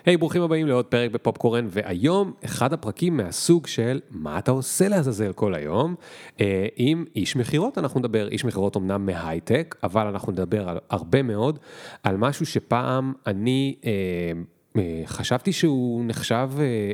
היי, ברוכים הבאים לעוד פרק בפופקורן, והיום אחד הפרקים מהסוג של מה אתה עושה לעזאזל כל היום, עם איש מחירות. אנחנו נדבר, איש מחירות אמנם מהייטק, אבל אנחנו נדבר הרבה מאוד על משהו שפעם אני חשבתי שהוא נחשב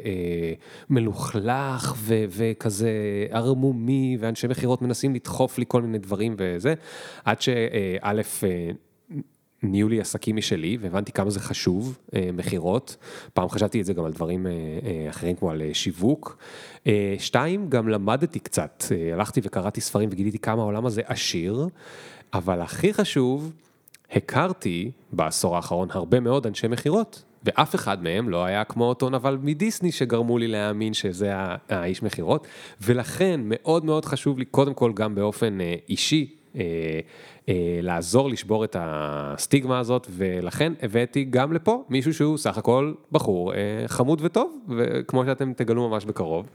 מלוכלך וכזה ערמומי, ואנשי מחירות מנסים לדחוף לי כל מיני דברים וזה, עד שא' נהיו לי עסקים משלי, והבנתי כמה זה חשוב, מחירות. פעם חשבתי את זה גם על דברים אחרים, כמו על שיווק. 2, גם למדתי קצת. הלכתי וקראתי ספרים וגיליתי כמה העולם הזה עשיר, אבל הכי חשוב, הכרתי בעשור האחרון הרבה מאוד אנשי מחירות, ואף אחד מהם לא היה כמו אותו נבל מדיסני שגרמו לי להאמין שזה האיש מחירות, ולכן מאוד מאוד חשוב לי, קודם כל גם באופן אישי, לעזור לשבור את הסטיגמה הזאת, ולכן הבאתי גם לפה מישהו שהוא סך הכל בחור חמוד וטוב, וכמו שאתם תגלו ממש בקרוב,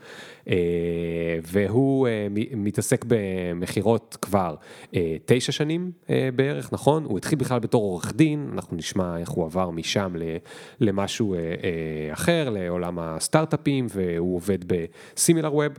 והוא מתעסק במחירות כבר 9 שנים בערך, נכון? הוא התחיל בכלל בתור עורך דין, אנחנו נשמע איך הוא עבר משם למשהו אחר, לעולם הסטארט-אפים, והוא עובד בסימילר ווב,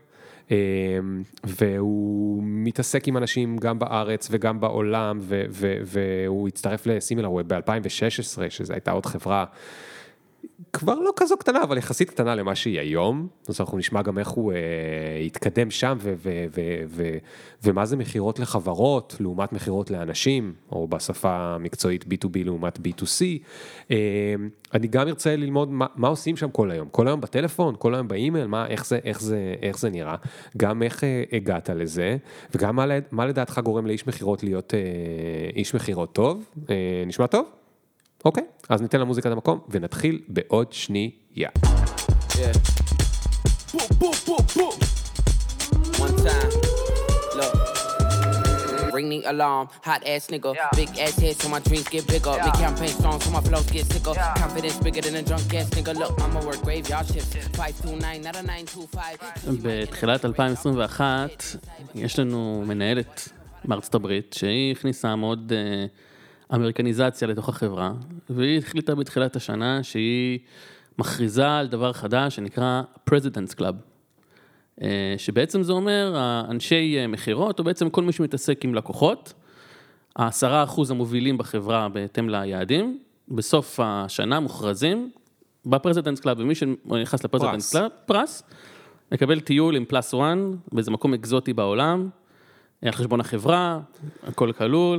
והוא מתעסק עם אנשים גם בארץ וגם בעולם, והוא הצטרף לסימילר ווב ב-2016, שזו הייתה עוד חברה כבר לא כזו קטנה, אבל יחסית קטנה למה שהיא היום. אז אנחנו נשמע גם איך הוא התקדם שם, ומה זה מחירות לחברות, לעומת מחירות לאנשים, או בשפה המקצועית B2B לעומת B2C. אני גם ארצה ללמוד מה עושים שם כל היום. כל היום בטלפון, כל היום באימייל, איך זה נראה. גם איך הגעת לזה, וגם מה לדעתך גורם לאיש מחירות להיות איש מחירות טוב. נשמע טוב? אוקיי, אז ניתן למוזיקה את המקום, ונתחיל בעוד שנייה. Yeah. Boom, boom, boom, boom. One time, look. Ring the alarm, hot ass nigga. Big ass head so my dreams get bigger. Me campaign strong so my flows get sicker. Confidence bigger than a drunk ass nigga. Look, I'ma work graveyard shifts. 529, not a 925. בתחילת 2021 יש לנו מנהלת בארצות הברית שהיא הכניסה מאוד אמריקניזציה לתוך החברה, והיא החליטה בתחילת השנה שהיא מכריזה על דבר חדש שנקרא President's Club, שבעצם זה אומר, האנשי מחירות, או בעצם כל מי שמתעסק עם לקוחות, 10% המובילים בחברה בהתאם ליעדים, בסוף השנה מוכרזים ב-President's Club, ומי שנכנס ל-President's Club, פרס, מקבל טיול עם פלוס 1, באיזה מקום אקזוטי בעולם, על חשבון החברה, הכל כלול,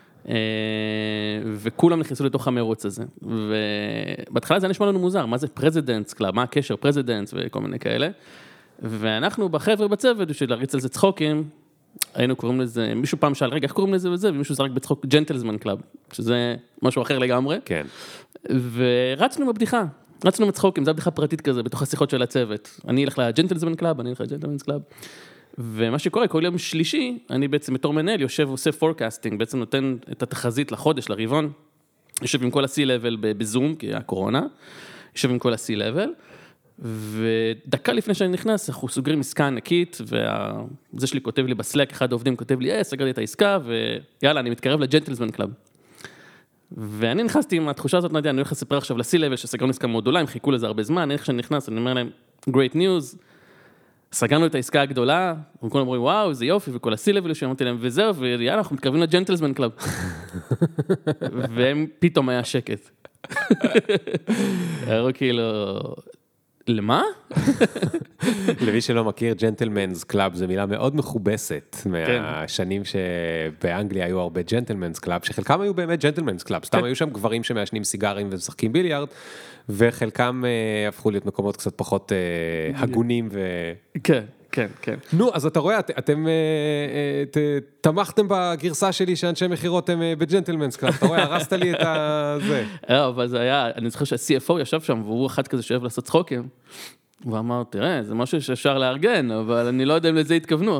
וכולם נכנסו לתוך המרוץ הזה, ובהתחלה זה נשמע לנו מוזר, מה זה פרזידנטס קלאב, מה הקשר פרזידנטס וכל מיני כאלה, ואנחנו בחבר'ה בצוות, בשביל להריץ על זה צחוקים, היינו קוראים לזה, מישהו פעם שאל, רגע, איך קוראים לזה וזה, ומישהו זרק בצחוק ג'נטלזמן קלאב, שזה משהו אחר לגמרי, כן. ורצנו בבדיחה, רצנו מצחוקים, זו בדיחה פרטית כזה, בתוך השיחות של הצוות, אני אלך לג'נטלזמן קלאב, אני אלך לג'נטלזמן קלאב, ומה שקורה, כל יום שלישי, אני בעצם בתור מנהל יושב ועושה פורקאסטינג, בעצם נותן את התחזית לחודש, לרבעון, יושב עם כל ה-C-Level בזום, כי הקורונה, יושב עם כל ה-C-Level, ודקה לפני שאני נכנס, אנחנו סוגרים עסקה ענקית, וזה שלי כותב לי בסלק, אחד העובדים כותב לי, סגרתי את העסקה, ויאללה, אני מתקרב לג'נטלזמן קלאב. ואני נכנסתי עם התחושה הזאת, אני הולך לספר עכשיו ל-C-Level, שסגרנו עסקה מאוד גדולה, הם חיכו לזה הרבה זמן, איך שאני נכנס, אני אומר להם, great news, סגרנו את העסקה הגדולה, וכולם אומרים, וואו, זה יופי, וכל ה-C-Level שאמרתי להם, וזהו, ויאללה, אנחנו מתקרבים לג'נטלזמן קלאב. והם פתאום היה שקט. הראו כאילו, למה? למי שלא מכיר, ג'נטלמנס קלאב זה מילה מאוד מכובסת, מהשנים שבאנגליה היו הרבה ג'נטלמנס קלאב, שחלקם היו באמת ג'נטלמנס קלאב, סתם היו שם גברים שמעשנים סיגרים ומשחקים ביליארד, וחלקם הפכו להיות מקומות קצת פחות הגונים כן, כן, כן. נו, אז אתה רואה, אתם תמכתם בגרסה שלי שאנשי מחירות הם בג'נטלמנס קלאב, אתה רואה, הרסת לי את זה. אבל זה היה, אני זוכר שה-CFO ישב שם, והוא אחד כזה שאוהב לעשות צחוקים, והוא אמר, תראה, זה משהו שאפשר לארגן, אבל אני לא יודע אם לזה התכוונו.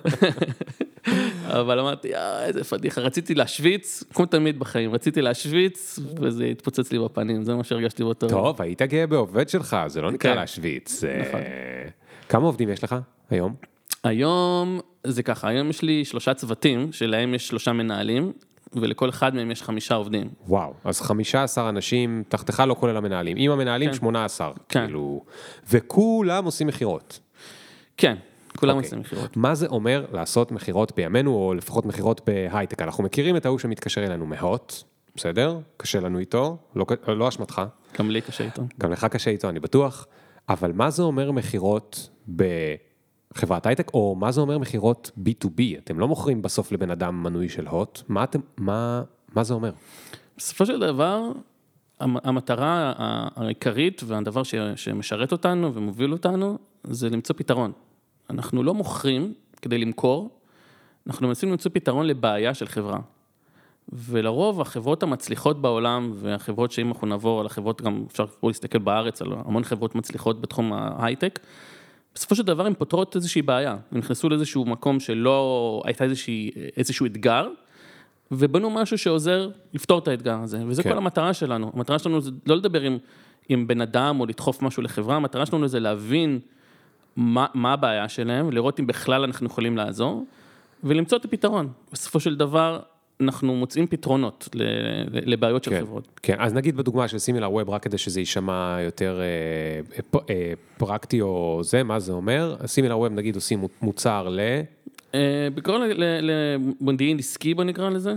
אבל אמרתי, איזה פדיחה, רציתי להשוויץ, כמו תמיד בחיים, רציתי להשוויץ, וזה התפוצץ לי בפנים, זה מה שהרגשתי באותו. טוב, היית גאה בעובד שלך, זה לא נקרא להשוויץ. כמה עובדים יש לך היום? היום זה ככה, היום יש לי 3 צוותים, שלהם יש 3 מנהלים, ולכל אחד מהם יש 5 עובדים. וואו, אז 15 אנשים, תחתך לא כולל המנהלים. עם המנהלים 18, כן. כאילו, וכולם עושים מחירות. כן, כולם אוקיי. עושים מחירות. מה זה אומר לעשות מחירות בימינו, או לפחות מחירות בהייטק? אנחנו מכירים את ההוא שמתקשר אלינו מהוט, בסדר? קשה לנו איתו, לא אשמתך. גם לי קשה איתו. גם לך קשה איתו, אני בטוח. אבל מה זה אומר מחירות בחברת הייטק, או מה זה אומר מחירות B2B? אתם לא מוכרים בסוף לבן אדם מנוי של הוט. מה זה אומר? בסופו של דבר, המטרה העיקרית והדבר שמשרת אותנו ומוביל אותנו, זה למצוא פתרון. אנחנו לא מוכרים כדי למכור, אנחנו מנסים למצוא פתרון לבעיה של חברה. ולרוב החברות המצליחות בעולם, והחברות שאם אנחנו נעבור על החברות, גם אפשר להסתכל בארץ, על המון חברות מצליחות בתחום ההייטק, בסופו של דבר הן פותרות איזושהי בעיה. הן נכנסו לאיזשהו מקום שלא הייתה איזשהו אתגר, ובנו משהו שעוזר לפתור את האתגר הזה. וזה כל המטרה שלנו. המטרה שלנו זה לא לדבר עם בן אדם או לדחוף משהו לחברה, המטרה שלנו זה להבין מה הבעיה שלהם, לראות אם בכלל אנחנו יכולים לעזור, ולמצוא את הפתרון. בסופו של דבר, אנחנו מוצאים פתרונות לבעיות של חברות. כן, אז נגיד בדוגמה של סימילר ווב, רק כדי שזה יישמע יותר פרקטי או זה, מה זה אומר? סימילר ווב נגיד עושים מוצר בעיקרון למודיעין עסקי בוא נקרא לזה,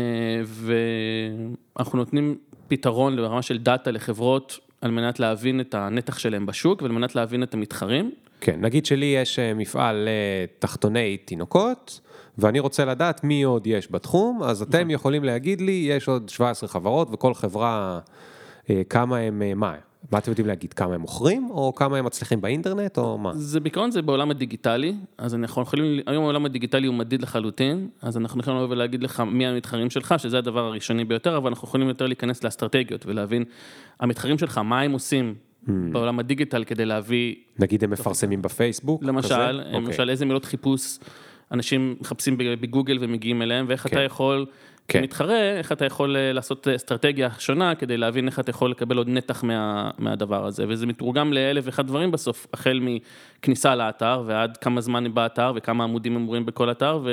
ואנחנו נותנים פתרון לרמה של דאטה לחברות, על מנת להבין את הנתח שלהם בשוק, ועל מנת להבין את המתחרים. כן, נגיד שלי יש מפעל לתחתוני תינוקות, ואני רוצה לדעת מי עוד יש בתחום, אז אתם יכולים להגיד לי, יש עוד 17 חברות, וכל חברה, כמה הם, מה אתם יודעים להגיד, כמה הם מוכרים, או כמה הם מצליחים באינטרנט, או מה? זה בעיקרון זה בעולם הדיגיטלי, אז אנחנו יכולים, היום העולם הדיגיטלי הוא מדיד לחלוטין, אז אנחנו יכולים לבוא ולהגיד לך מי המתחרים שלך, שזה הדבר הראשוני ביותר, אבל אנחנו יכולים יותר להיכנס לאסטרטגיות, ולהבין המתחרים שלך, מה הם עושים בעולם הדיגיטל, כדי להביא... נגיד הם מפרסמים בפייסבוק? למשל איזה מילות חיפוש אנשים מחפשים בגוגל ומגיעים אליהם, ואיך אתה יכול... כמתחרה, איך אתה יכול לעשות אסטרטגיה שונה, כדי להבין איך אתה יכול לקבל עוד נתח מהדבר הזה, וזה מתורגם לאלף ואחד דברים בסוף, החל מכניסה לאתר, ועד כמה זמן הם באתר, וכמה עמודים הם רואים בכל אתר,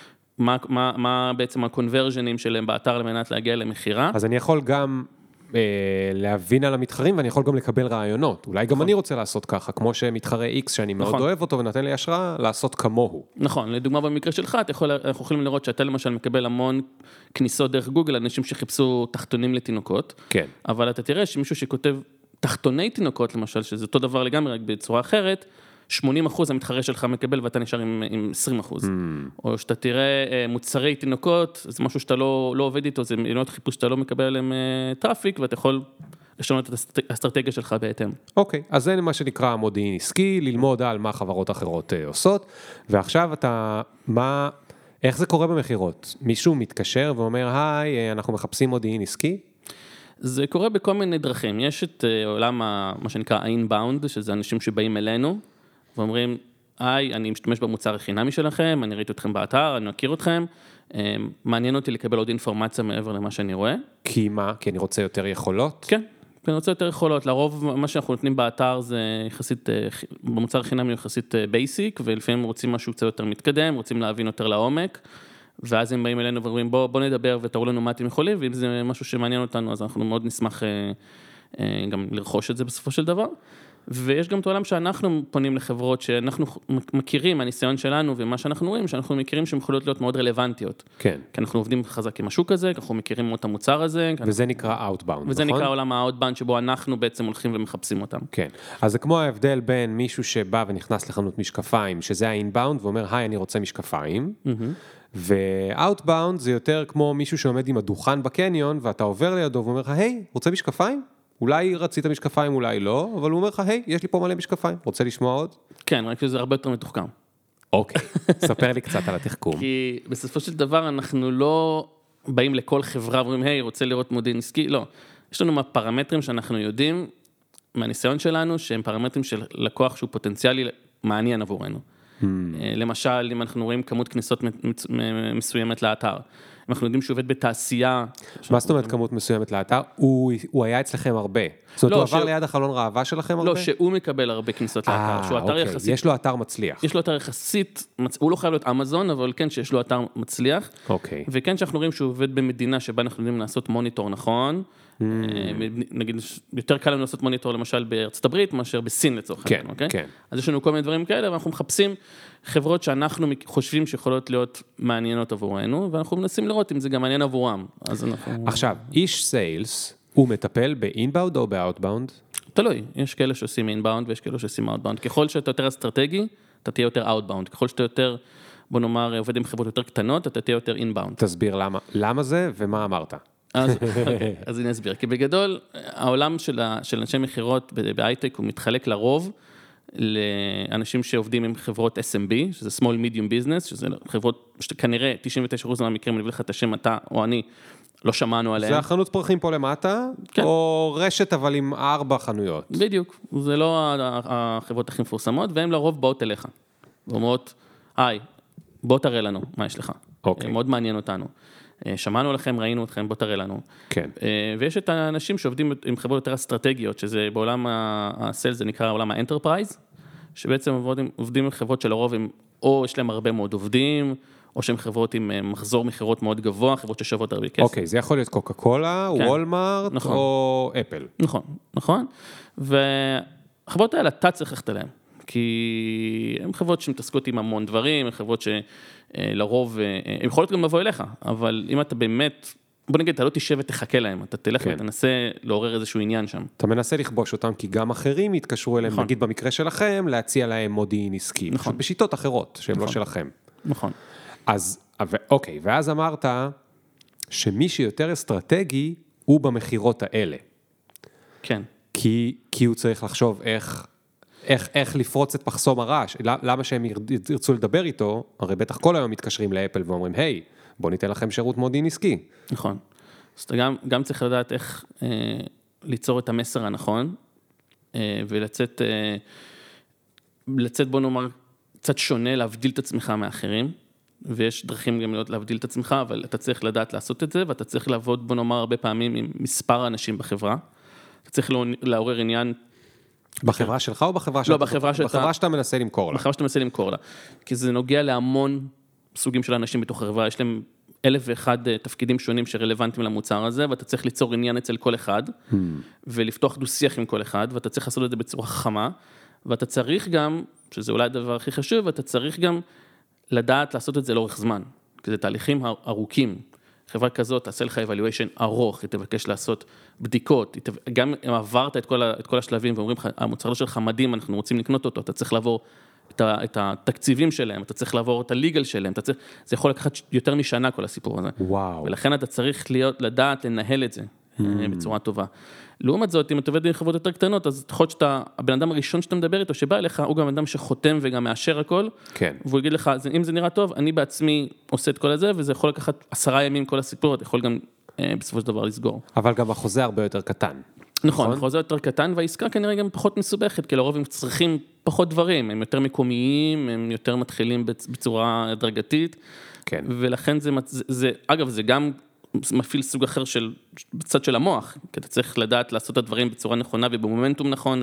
ומה בעצם הקונברז'נים שלהם באתר, למנת להגיע למחירה. אז אני יכול גם להבין על המתחרים, ואני יכול גם לקבל רעיונות. אולי גם אני רוצה לעשות ככה, כמו שמתחרה X, שאני מאוד אוהב אותו, ונתן לי השראה, לעשות כמוהו. נכון, לדוגמה במקרה שלך, אנחנו יכולים לראות שאתה למשל מקבל המון כניסות דרך גוגל, אנשים שחיפשו תחתונים לתינוקות. כן. אבל אתה תראה שמישהו שכותב תחתוני תינוקות, למשל, שזה אותו דבר לגמרי, רק בצורה אחרת, 80% המתחרה שלך מקבל, ואתה נשאר עם 20%. או שאתה תראה מוצרי תינוקות, זה משהו שאתה לא עובד איתו, זה מילות חיפוש שאתה לא מקבל עליהם טראפיק, ואתה יכול לשנות את האסטרטגיה שלך בהתאם. אוקיי, אז זה מה שנקרא מודיעין עסקי, ללמוד על מה חברות אחרות עושות, ועכשיו איך זה קורה במחירות? מישהו מתקשר ואומר, היי, אנחנו מחפשים מודיעין עסקי? זה קורה בכל מיני דרכים. יש את עולם, מה שנקרא ה-inbound, שזה אנשים שבאים אלינו, ואומרים, היי, אני משתמש במוצר החינמי שלכם, אני ראיתי אתכם באתר, אני מכיר אתכם, מעניין אותי לקבל עוד אינפורמציה מעבר למה שאני רואה. כי מה? כי אני רוצה יותר יכולות? כן, אני רוצה יותר יכולות. לרוב מה שאנחנו נותנים באתר זה יחסית, במוצר החינמי הוא יחסית בייסיק, ולפעמים רוצים משהו קצת יותר מתקדם, רוצים להבין יותר לעומק, ואז הם באים אלינו ואומרים, בוא נדבר ותראו לנו מה אתם יכולים, ואם זה משהו שמעניין אותנו, אז אנחנו מאוד נשמח גם לרכוש את זה בסופו של דבר. ויש גם את העולם שאנחנו פונים לחברות שאנחנו מכירים, הניסיון שלנו ומה שאנחנו רואים, שאנחנו מכירים שהן יכולות להיות מאוד רלוונטיות. כן. כי אנחנו עובדים חזק עם השוק הזה, אנחנו מכירים את המוצר הזה. וזה נקרא Outbound, נכון? וזה נקרא עולם ה-Outbound, שבו אנחנו בעצם הולכים ומחפשים אותם. כן. אז זה כמו ההבדל בין מישהו שבא ונכנס לחנות משקפיים, שזה ה-Inbound, ואומר, היי, אני רוצה משקפיים. ו-Outbound זה יותר כמו מישהו שעומד עם הדוכן בקניון, ואתה עובר לידו ואומר לך, היי, רוצה משקפיים? אולי רצית משקפיים, אולי לא, אבל הוא אומר לך, היי, יש לי פה מלא משקפיים, רוצה לשמוע עוד? כן, רק שזה הרבה יותר מתוחכם. אוקיי, ספר לי קצת על התחכום. כי בסופו של דבר אנחנו לא באים לכל חברה ואומרים, היי, רוצה לראות מודיעין עסקי? לא. יש לנו פרמטרים שאנחנו יודעים, מהניסיון שלנו, שהם פרמטרים של לקוח שהוא פוטנציאלי מעניין עבורנו. למשל, אם אנחנו רואים כמות כניסות מסוימת לאתר, אם אנחנו יודעים שהוא עובד בתעשייה. מה זאת אומרת כמות מסוימת לאתר? הוא היה אצלכם הרבה. זאת אומרת, הוא עבר ליד החלון ראווה שלכם הרבה? לא, שהוא מקבל הרבה כניסות לאתר, שהוא אתר יחסית. יש לו אתר מצליח. יש לו אתר יחסית, הוא לא חייב להיות אמזון, אבל כן שיש לו אתר מצליח. אוקיי. וכן שאנחנו רואים שהוא עובד במדינה שבה אנחנו יודעים לעשות מוניטור נכון. נגיד, יותר קל לנו לעשות מוניטור למשל בארצות הברית, מאשר בסין לצורך העניין, אוקיי? כן. אז יש לנו כל מיני דברים כאלה, ואנחנו מחפשים חברות שאנחנו חושבים שיכולות להיות מעניינות עבורנו, ואנחנו מנסים לראות אם זה גם מעניין עבורם. עכשיו, איש סיילס, הוא מטפל באינבאונד או באוטבאונד? תלוי, יש כאלה שעושים אינבאונד ויש כאלה שעושים אאוטבאונד. ככל שאתה יותר אסטרטגי, אתה תהיה יותר אאוטבאונד. ככל שאתה יותר, בוא נאמר, עובד עם חברות יותר קטנות, אתה תהיה יותר אינבאונד. תסביר למה זה ומה אמרת. אז אני אסביר, כי בגדול, העולם של אנשי מכירות בהייטק הוא מתחלק לרוב לאנשים שעובדים עם חברות SMB, שזה Small Medium Business, שזה חברות שכנראה 99% מהמקרים, אני אביא לך את השם אתה או אני, לא שמענו עליהם. זה החנות פרחים פה למטה, כן. או רשת אבל עם 4 חנויות. בדיוק, זה לא החברות הכי מפורסמות, והן לרוב באות אליך. ואומרות, היי, בוא תראה לנו מה יש לך. אוקיי. מאוד מעניין אותנו. שמענו לכם, ראינו אתכם, בוא תראה לנו. כן. ויש את האנשים שעובדים עם חברות יותר אסטרטגיות, שזה בעולם הסיילס, זה נקרא עולם האנטרפרייז, שבעצם עובדים עם חברות שלרוב הם, או יש להם הרבה מאוד עובדים, או שהם חברות עם מחזור מכירות מאוד גבוה, חברות ששוות הרבה כסף. אוקיי, זה יכול להיות קוקה קולה, וולמארט, או אפל. נכון, נכון. והחברות האלה, אתה צריך ללכת אליהן. כי הן חברות שמתעסקות עם המון דברים, הן חברות שלרוב, הן יכולות גם לבוא אליך, אבל אם אתה באמת, בוא נגיד, אתה לא תשב ותחכה להם, אתה תלך ותנסה לעורר איזשהו עניין שם. אתה מנסה לכבוש אותם, כי גם אחרים יתקשרו אליהם, נגיד במקרה שלכם, להציע להם מודיעין עסקי. נכון. בשיטות אחרות, שהן לא שלכם. נכון. אז, אוקיי, ואז אמרת, שמי שיותר אסטרטגי, הוא במחירות האלה. כן. כי הוא צריך לחשוב איך לפרוץ את מחסום הרעש, למה שהם ירצו לדבר איתו, הרי בטח כל היום מתקשרים לאפל ואומרים, היי, בוא ניתן לכם שירות מודיעין עסקי. נכון. אז אתה גם צריך לדעת איך ליצור את המסר הנכון, ולצאת, בוא נאמר, קצת שונה, להבדיל את עצמך מאחרים, ויש דרכים גם להבדיל את עצמך, אבל אתה צריך לדעת לעשות את זה, ואתה צריך לעבוד, בוא נאמר, הרבה פעמים עם מספר אנשים בחברה, אתה צריך לעורר עניין, בחברה שלך או בחברה שאתה? לא, בחברה שאתה מנסה למכור לה. בחברה שאתה מנסה למכור לה. כי זה נוגע להמון סוגים של אנשים בתוך החברה, יש להם 1,001 תפקידים שונים שרלוונטיים למוצר הזה, ואתה צריך ליצור עניין אצל כל אחד, ולפתוח דו-שיח עם כל אחד, ואתה צריך לעשות את זה בצורה חכמה, ואתה צריך גם, שזה אולי הדבר הכי חשוב, ואתה צריך גם לדעת לעשות את זה לאורך זמן, כי זה תהליכים ארוכים. חברה כזאת תעשה לך evaluation ארוך, היא תבקש לעשות בדיקות, גם אם עברת את כל השלבים ואומרים לך, המוצר שלך מדהים, אנחנו רוצים לקנות אותו, אתה צריך לעבור את התקציבים שלהם, אתה צריך לעבור את הליגל שלהם, זה יכול לקחת יותר משנה כל הסיפור הזה. וואו. ולכן אתה צריך לדעת לנהל את זה בצורה טובה. לעומת זאת, אם אתה עובד עם חברות יותר קטנות, אז יכול להיות הבן אדם הראשון שאתה מדבר איתו, שבא אליך, הוא גם אדם שחותם וגם מאשר הכל, כן. והוא יגיד לך, אם זה נראה טוב, אני בעצמי עושה את כל הזה, וזה יכול לקחת 10 ימים כל הסיפור, אתה יכול גם בסופו של דבר לסגור. אבל גם החוזה הרבה יותר קטן. נכון, החוזה יותר קטן, והעסקה כנראה גם פחות מסובכת, כי לרוב הם צריכים פחות דברים, הם יותר מקומיים, הם יותר מתחילים בצורה הדרגתית, כן. ולכן זה, אגב, זה גם מפעיל סוג אחר בצד של המוח, כי אתה צריך לדעת לעשות את הדברים בצורה נכונה ובמומנטום נכון,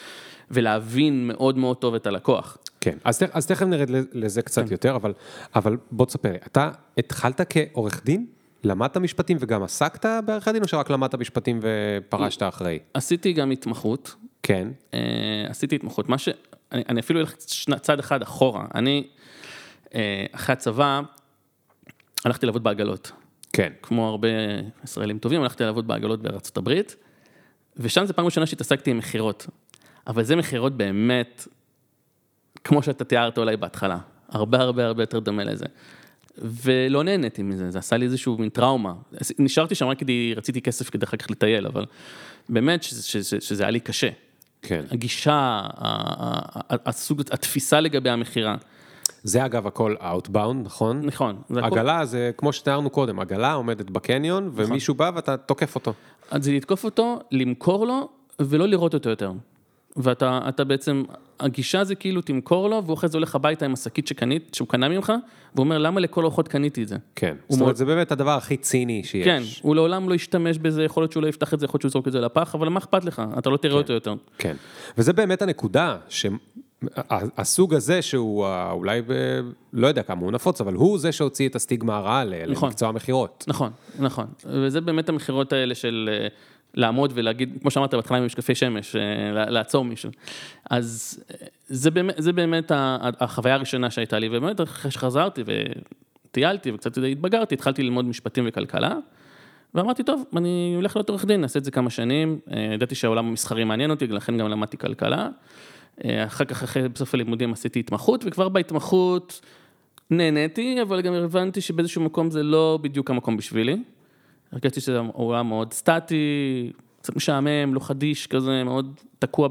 ולהבין מאוד מאוד טוב את הלקוח. כן, אז תכף נרד לזה קצת יותר, אבל בוא תספר לי, אתה התחלת כעורך דין? למדת משפטים וגם עסקת בעריכת דין, או שרק למדת משפטים ופרשת אחרי? עשיתי גם התמחות. כן. עשיתי התמחות, אני אפילו אלך צעד אחד אחורה, אני אחרי הצבא הלכתי לעבוד בעגלות. כן. כמו הרבה ישראלים טובים, הלכתי לעבוד בעגלות בארצות הברית, ושם זה פעם ראשונה שהתעסקתי עם מחירות. אבל זה מחירות באמת, כמו שאתה תיארת אולי בהתחלה, הרבה יותר דומה לזה. ולא נהניתי מזה, זה עשה לי איזשהו מין טראומה. נשארתי שם רק כי רציתי כסף כדי אחר כך לטייל, אבל באמת שזה היה לי קשה. כן. הגישה, התפיסה לגבי המחירה. זה אגב הכל outbound, נכון? נכון. עגלה זה כמו שתיארנו קודם, עגלה עומדת בקניון, ומישהו בא ואתה תוקף אותו. אז זה לתקוף אותו, למכור לו, ולא לראות אותו יותר. ואתה בעצם, הגישה זה כאילו תמכור לו, והוא אחרי זה הולך הביתה עם השקית שהוא קנה ממך, והוא אומר, למה לכל אורחות קניתי את זה? כן, זאת אומרת, זה באמת הדבר הכי ציני שיש. כן, הוא לעולם לא ישתמש בזה, יכול להיות שהוא לא יפתח את זה, יכול להיות שהוא יזרוק את זה לפח, אבל מה אכפת לך? אתה לא תראה אותו יותר. כן, וזה באמת הנקודה, שהסוג הזה שהוא אולי, לא יודע כמה הוא נפוץ, אבל הוא זה שהוציא את הסטיגמה הרעה למקצוע המחירות. נכון, נכון, וזה באמת המחירות האלה של לעמוד ולהגיד, כמו שאמרת בהתחלה עם משקפי שמש, לעצור מישהו. אז זה באמת החוויה הראשונה שהייתה לי, ובאמת אחרי שחזרתי וטיילתי וקצת התבגרתי, התחלתי ללמוד משפטים וכלכלה, ואמרתי, טוב, אני הולך להיות עורך דין, נעשה את זה כמה שנים, ידעתי שהעולם המסחרי מעניין אותי, לכן גם למדתי כלכלה, אחר כך אחרי בסוף הלימודים עשיתי התמחות, וכבר בהתמחות נהניתי, אבל גם הבנתי שבאיזשהו מקום זה לא בדיוק המקום בשבילי, הרגשתי שזה עולם מאוד סטטי, קצת משעמם, לא חדיש כזה, מאוד תקוע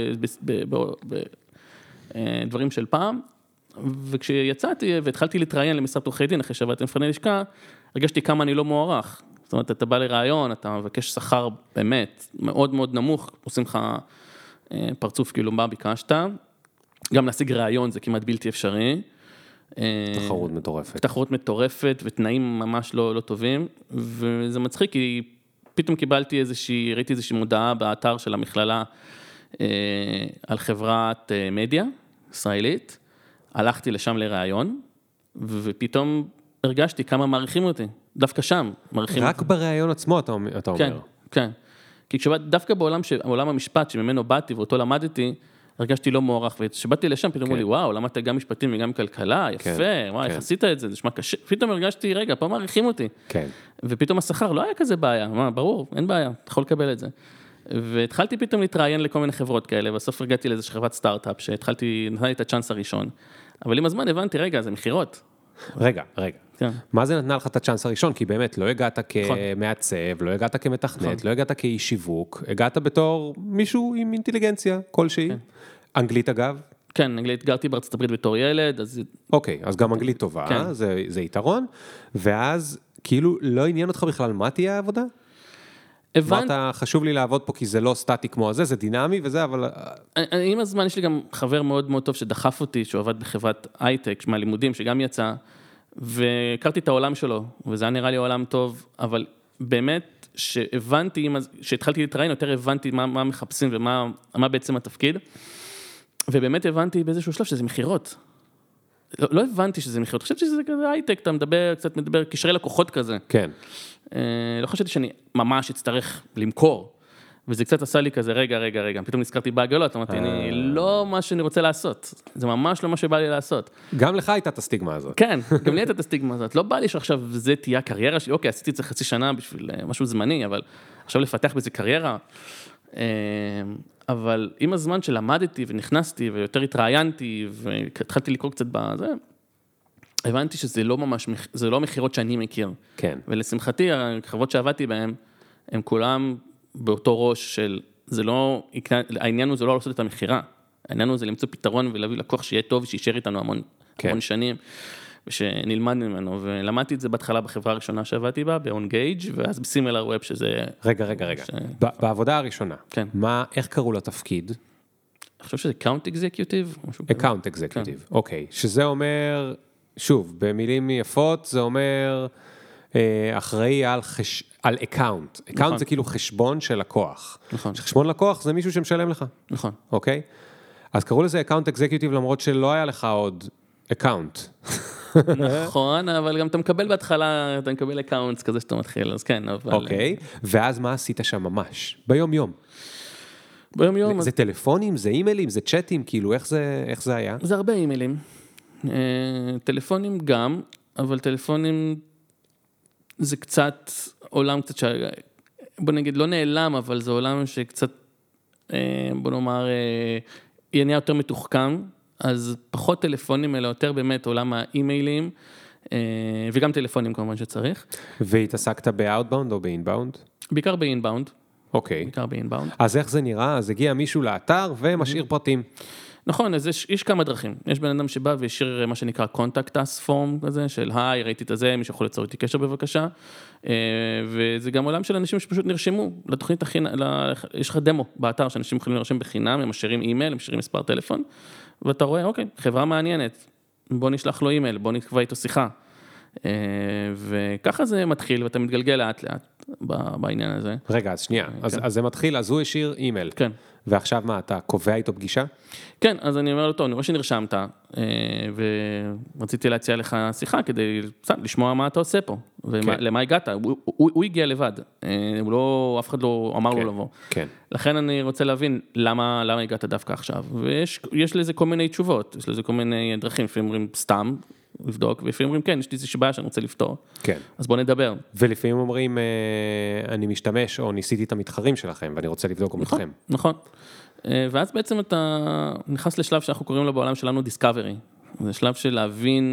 בדברים של פעם, וכשיצאתי והתחלתי להתראיין למשרד עורכי דין, אחרי שעבדתי במבחני לשכה, הרגשתי כמה אני לא מוערך, זאת אומרת, אתה בא לרעיון, אתה מבקש שכר באמת מאוד מאוד נמוך, עושים לך פרצוף כאילו מה ביקשת, גם להשיג רעיון זה כמעט בלתי אפשרי, תחרות מטורפת. תחרות מטורפת ותנאים ממש לא טובים, וזה מצחיק כי פתאום ראיתי איזושהי מודעה באתר של המכללה על חברת מדיה ישראלית, הלכתי לשם לראיון, ופתאום הרגשתי כמה מעריכים אותי, דווקא שם מעריכים אותי. רק בראיון עצמו אתה אומר. כן, כן. כי דווקא בעולם המשפט שממנו באתי ואותו למדתי, הרגשתי לא מוערך, וכשבאתי לשם, פתאום אמרו לי, וואו, למדת גם משפטים וגם כלכלה, יפה, וואי, איך עשית את זה, זה נשמע קשה, פתאום הרגשתי, רגע, פה מעריכים אותי. כן. ופתאום השכר לא היה כזה בעיה, ברור, אין בעיה, אתה יכול לקבל את זה. והתחלתי פתאום להתראיין לכל מיני חברות כאלה, בסוף הרגעתי לאיזושהי חברת סטארט-אפ, נתנה לי את הצ'אנס הראשון, אבל עם הזמן הבנתי, רגע, זה מחירות. רגע. כן. מה זה נתנה לך את הצ'אנס הראשון? כי באמת לא הגעת כמעצב, לא הגעת כמתכנת, לא הגעת כאיש שיווק, הגעת בתור מישהו עם אינטליגנציה כלשהי. אנגלית אגב? כן, אנגלית, גרתי בארצות הברית בתור ילד, אז... אוקיי, אז גם אנגלית טובה, זה יתרון, ואז כאילו לא עניין אותך בכלל מה תהיה העבודה? אמרת, חשוב לי לעבוד פה כי זה לא סטטי כמו הזה, זה דינמי וזה, אבל... עם הזמן יש לי גם חבר מאוד מאוד טוב שדחף אותי, שהוא עבד בחברת הייטק, מהלימודים, שגם יצא, והכרתי את העולם שלו, וזה היה נראה לי עולם טוב, אבל באמת שהתחלתי להתראיין, יותר הבנתי מה מחפשים ומה בעצם התפקיד, ובאמת הבנתי באיזשהו שלב שזה מחירות. לא הבנתי שזה מחירות, חשבתי שזה כזה הייטק, אתה קצת מדבר, קשרי לקוחות כזה. כן. לא חשבתי שאני ממש אצטרך למכור, וזה קצת עשה לי כזה, רגע, פתאום נזכרתי בעגלות, אמרתי, אני לא מה שאני רוצה לעשות, זה ממש לא מה שבא לי לעשות. גם לך הייתה את הסטיגמה הזאת. כן, גם לי הייתה את הסטיגמה הזאת, לא בא לי שעכשיו זה תהיה הקריירה שלי, אוקיי, עשיתי את זה חצי שנה בשביל משהו זמני, אבל עכשיו לפתח בזה קריירה, אבל עם הזמן שלמדתי ונכנסתי ויותר התראיינתי והתחלתי לקרוא קצת בזה, הבנתי שזה לא ממש, זה לא מחירות שאני מכיר. כן. ולשמחתי, החברות שעבדתי בהן, הם כולם באותו ראש של, זה לא, העניין הוא זה לא לעשות את המחירה, העניין הוא זה למצוא פתרון ולהביא לקוח שיהיה טוב, שישאר איתנו המון שנים, ושנלמד ממנו, ולמדתי את זה בהתחלה בחברה הראשונה שעבדתי בה, ב-Engage, ואז בסימילר ווב שזה... רגע. בעבודה הראשונה, כן. איך קראו לתפקיד? אני חושב שזה Account Executive. Account Executive, אוקיי. שזה אומר, שוב, במילים יפות, זה אומר אחראי על Account. Account זה כאילו חשבון של לקוח. נכון. חשבון לקוח זה מישהו שמשלם לך. נכון. אוקיי? אז קראו לזה Account Executive למרות שלא היה לך עוד Account. נכון, אבל גם אתה מקבל בהתחלה, אתה מקבל Accounts כזה שאתה מתחיל, אז כן, אבל... אוקיי, ואז מה עשית שם ממש? ביום-יום. ביום-יום. זה טלפונים, זה אימיילים, זה צ'אטים, כאילו, איך זה היה? זה הרבה אימיילים. טלפונים גם, אבל טלפונים זה קצת עולם קצת בוא נגיד, לא נעלם, אבל זה עולם שקצת, בוא נאמר, יהיה יותר מתוחכם, אז פחות טלפונים, אלא יותר באמת עולם האימיילים, וגם טלפונים כמובן שצריך. והתעסקת באוטבאונד או באינבאונד? בעיקר באינבאונד. אוקיי. בעיקר באינבאונד. אז איך זה נראה? אז הגיע מישהו לאתר ומשאיר פרטים. נכון, אז יש כמה דרכים. יש בן אדם שבא וישיר מה שנקרא contact us form כזה, של היי, ראיתי את זה, מי שיכול ליצור איתי קשר בבקשה. וזה גם עולם של אנשים שפשוט נרשמו לתוכנית יש לך דמו באתר שאנשים יכולים להירשם בחינם, הם משאירים אימייל, הם משאירים מספר טלפון, ואתה רואה, אוקיי, חברה מעניינת, בוא נשלח לו אימייל, בוא נקבע איתו שיחה. וככה זה מתחיל, ואתה מתגלגל לאט לאט בעניין הזה. רגע, אז שנייה, אז זה מתחיל, אז הוא השאיר אימייל. כן. ועכשיו מה, אתה קובע איתו פגישה? כן, אז אני אומר לו, טוב, אני רואה שנרשמת, ורציתי להציע לך שיחה כדי לשמוע מה אתה עושה פה, ולמה הגעת. הוא הגיע לבד, אף אחד לא אמר לו לבוא. כן. לכן אני רוצה להבין למה הגעת דווקא עכשיו, ויש לזה כל מיני תשובות, יש לזה כל מיני דרכים, לפעמים אומרים סתם, לבדוק, ולפעמים אומרים, כן, יש לי איזושהי בעיה שאני רוצה לפתור. כן. אז בוא נדבר. ולפעמים אומרים, אני משתמש, או ניסיתי את המתחרים שלכם, ואני רוצה לבדוק גם אתכם. נכון. ואז בעצם אתה נכנס לשלב שאנחנו קוראים לו בעולם שלנו דיסקאברי. זה שלב של להבין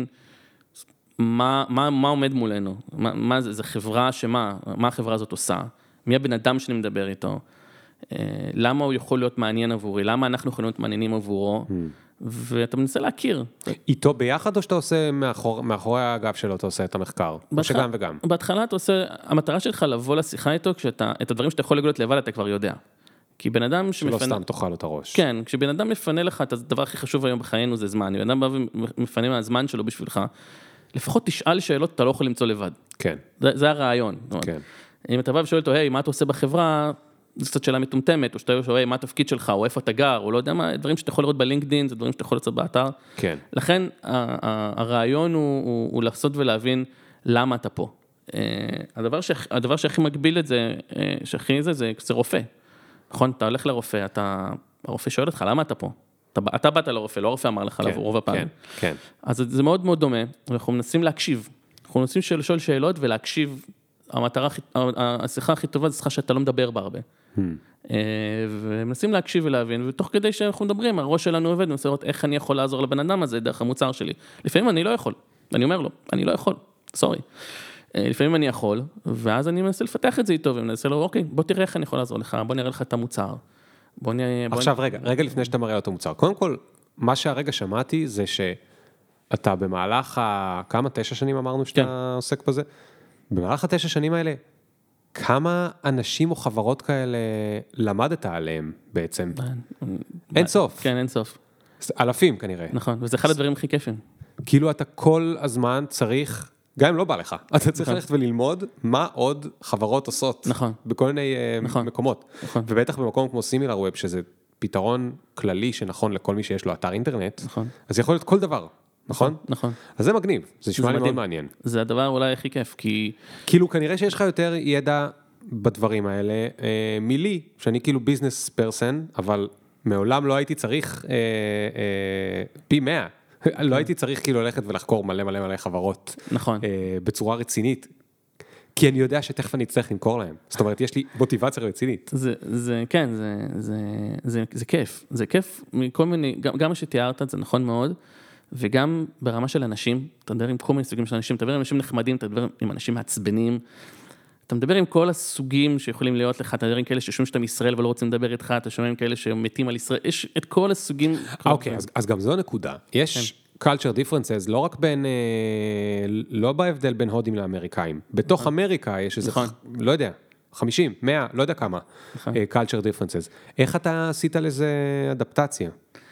מה עומד מולנו. מה זה חברה שמה? מה החברה הזאת עושה? מי הבן אדם שאני מדבר איתו? למה הוא יכול להיות מעניין עבורי? למה אנחנו יכולים להיות מעניינים עבורו? ואתה מנסה להכיר. איתו ביחד או שאתה עושה מאחורי הגב שלו, אתה עושה את המחקר? או שגם וגם? בהתחלה אתה עושה, המטרה שלך לבוא לשיחה איתו, את הדברים שאתה יכול לגלות לבד, אתה כבר יודע. כי בן אדם שלא סתם תאכל את הראש. כן, כשבן אדם מפנה לך, את הדבר הכי חשוב היום בחיינו זה זמן. בן אדם בא ומפנה מהזמן שלו בשבילך, לפחות תשאל שאלות, אתה לא יכול למצוא לבד. כן. זה הרעיון. כן. אם אתה בא ושואל אותו, היי, מה אתה עושה בחברה? זו קצת שאלה מטומטמת, או שאתה שואל, מה התפקיד שלך, או איפה אתה גר, או לא יודע מה, דברים שאתה יכול לראות בלינקדין, זה דברים שאתה יכול לראות באתר. כן. לכן, הרעיון הוא לעשות ולהבין למה אתה פה. הדבר שהכי מגביל את זה, זה רופא. נכון? אתה הולך לרופא, הרופא שואל אותך, למה אתה פה? אתה באת לרופא, לא הרופא אמר לך לבוא רוב הפעם. כן. אז זה מאוד מאוד דומה, אנחנו מנסים להקשיב. אנחנו מנסים לשאול שאלות ולהקשיב. השיחה הכי טובה זה שיחה שאתה לא מדבר בה הרבה. ומנסים להקשיב ולהבין, ותוך כדי שאנחנו מדברים, הראש שלנו עובד, מנסה לראות איך אני יכול לעזור לבן אדם הזה דרך המוצר שלי. לפעמים אני לא יכול, אני אומר לו, אני לא יכול, סורי. לפעמים אני יכול, ואז אני מנסה לפתח את זה איתו, ומנסה לו, אוקיי, בוא תראה איך אני יכול לעזור לך, בוא נראה לך את המוצר. עכשיו רגע לפני שאתה מראה אותו מוצר, קודם כל, מה שהרגע שמעתי זה שאתה במהלך כמה 9 שנים אמרנו שאתה עוסק בזה, במהלך 9 שנים האלה, כמה אנשים או חברות כאלה למדת עליהם בעצם? אין סוף. כן, אין סוף. אלפים כנראה. נכון, וזה אחד הדברים הכי כיפים. כאילו אתה כל הזמן צריך, גם אם לא בא לך, אתה צריך ללכת וללמוד מה עוד חברות עושות. נכון. בכל מיני מקומות. נכון. ובטח במקום כמו SimilarWeb, שזה פתרון כללי שנכון לכל מי שיש לו אתר אינטרנט, נכון. אז יכול להיות כל דבר. נכון? נכון. אז זה מגניב, זה נשמע לי מאוד מעניין. זה הדבר אולי הכי כיף, כי... כאילו כנראה שיש לך יותר ידע בדברים האלה, מילי, שאני כאילו ביזנס פרסן, אבל מעולם לא הייתי צריך פי 100, לא הייתי צריך כאילו ללכת ולחקור מלא חברות. נכון. בצורה רצינית, כי אני יודע שתכף אני אצטרך למכור להם. זאת אומרת, יש לי מוטיבציה רצינית. כן, זה כיף. זה כיף מכל מיני, גם מה שתיארת, זה נכון מאוד, וגם ברמה של אנשים, אתה מדבר עם כל מיני סוגים של אנשים, אתה מדבר עם אנשים נחמדים, אתה מדבר עם אנשים מעצבנים, אתה מדבר עם כל הסוגים שיכולים להיות לך, אתה מדבר עם כאלה ששומעים שאתה מישראל ולא רוצים לדבר איתך, אתה שומע עם כאלה שמתים על ישראל, יש את כל הסוגים. אוקיי, אז גם זו נקודה. יש culture differences, לא רק בין, לא בהבדל בין הודים לאמריקאים. בתוך אמריקה יש איזה, לא יודע, 50, 100, לא יודע כמה, culture differences. איך אתה עשית לזה אדפטציה?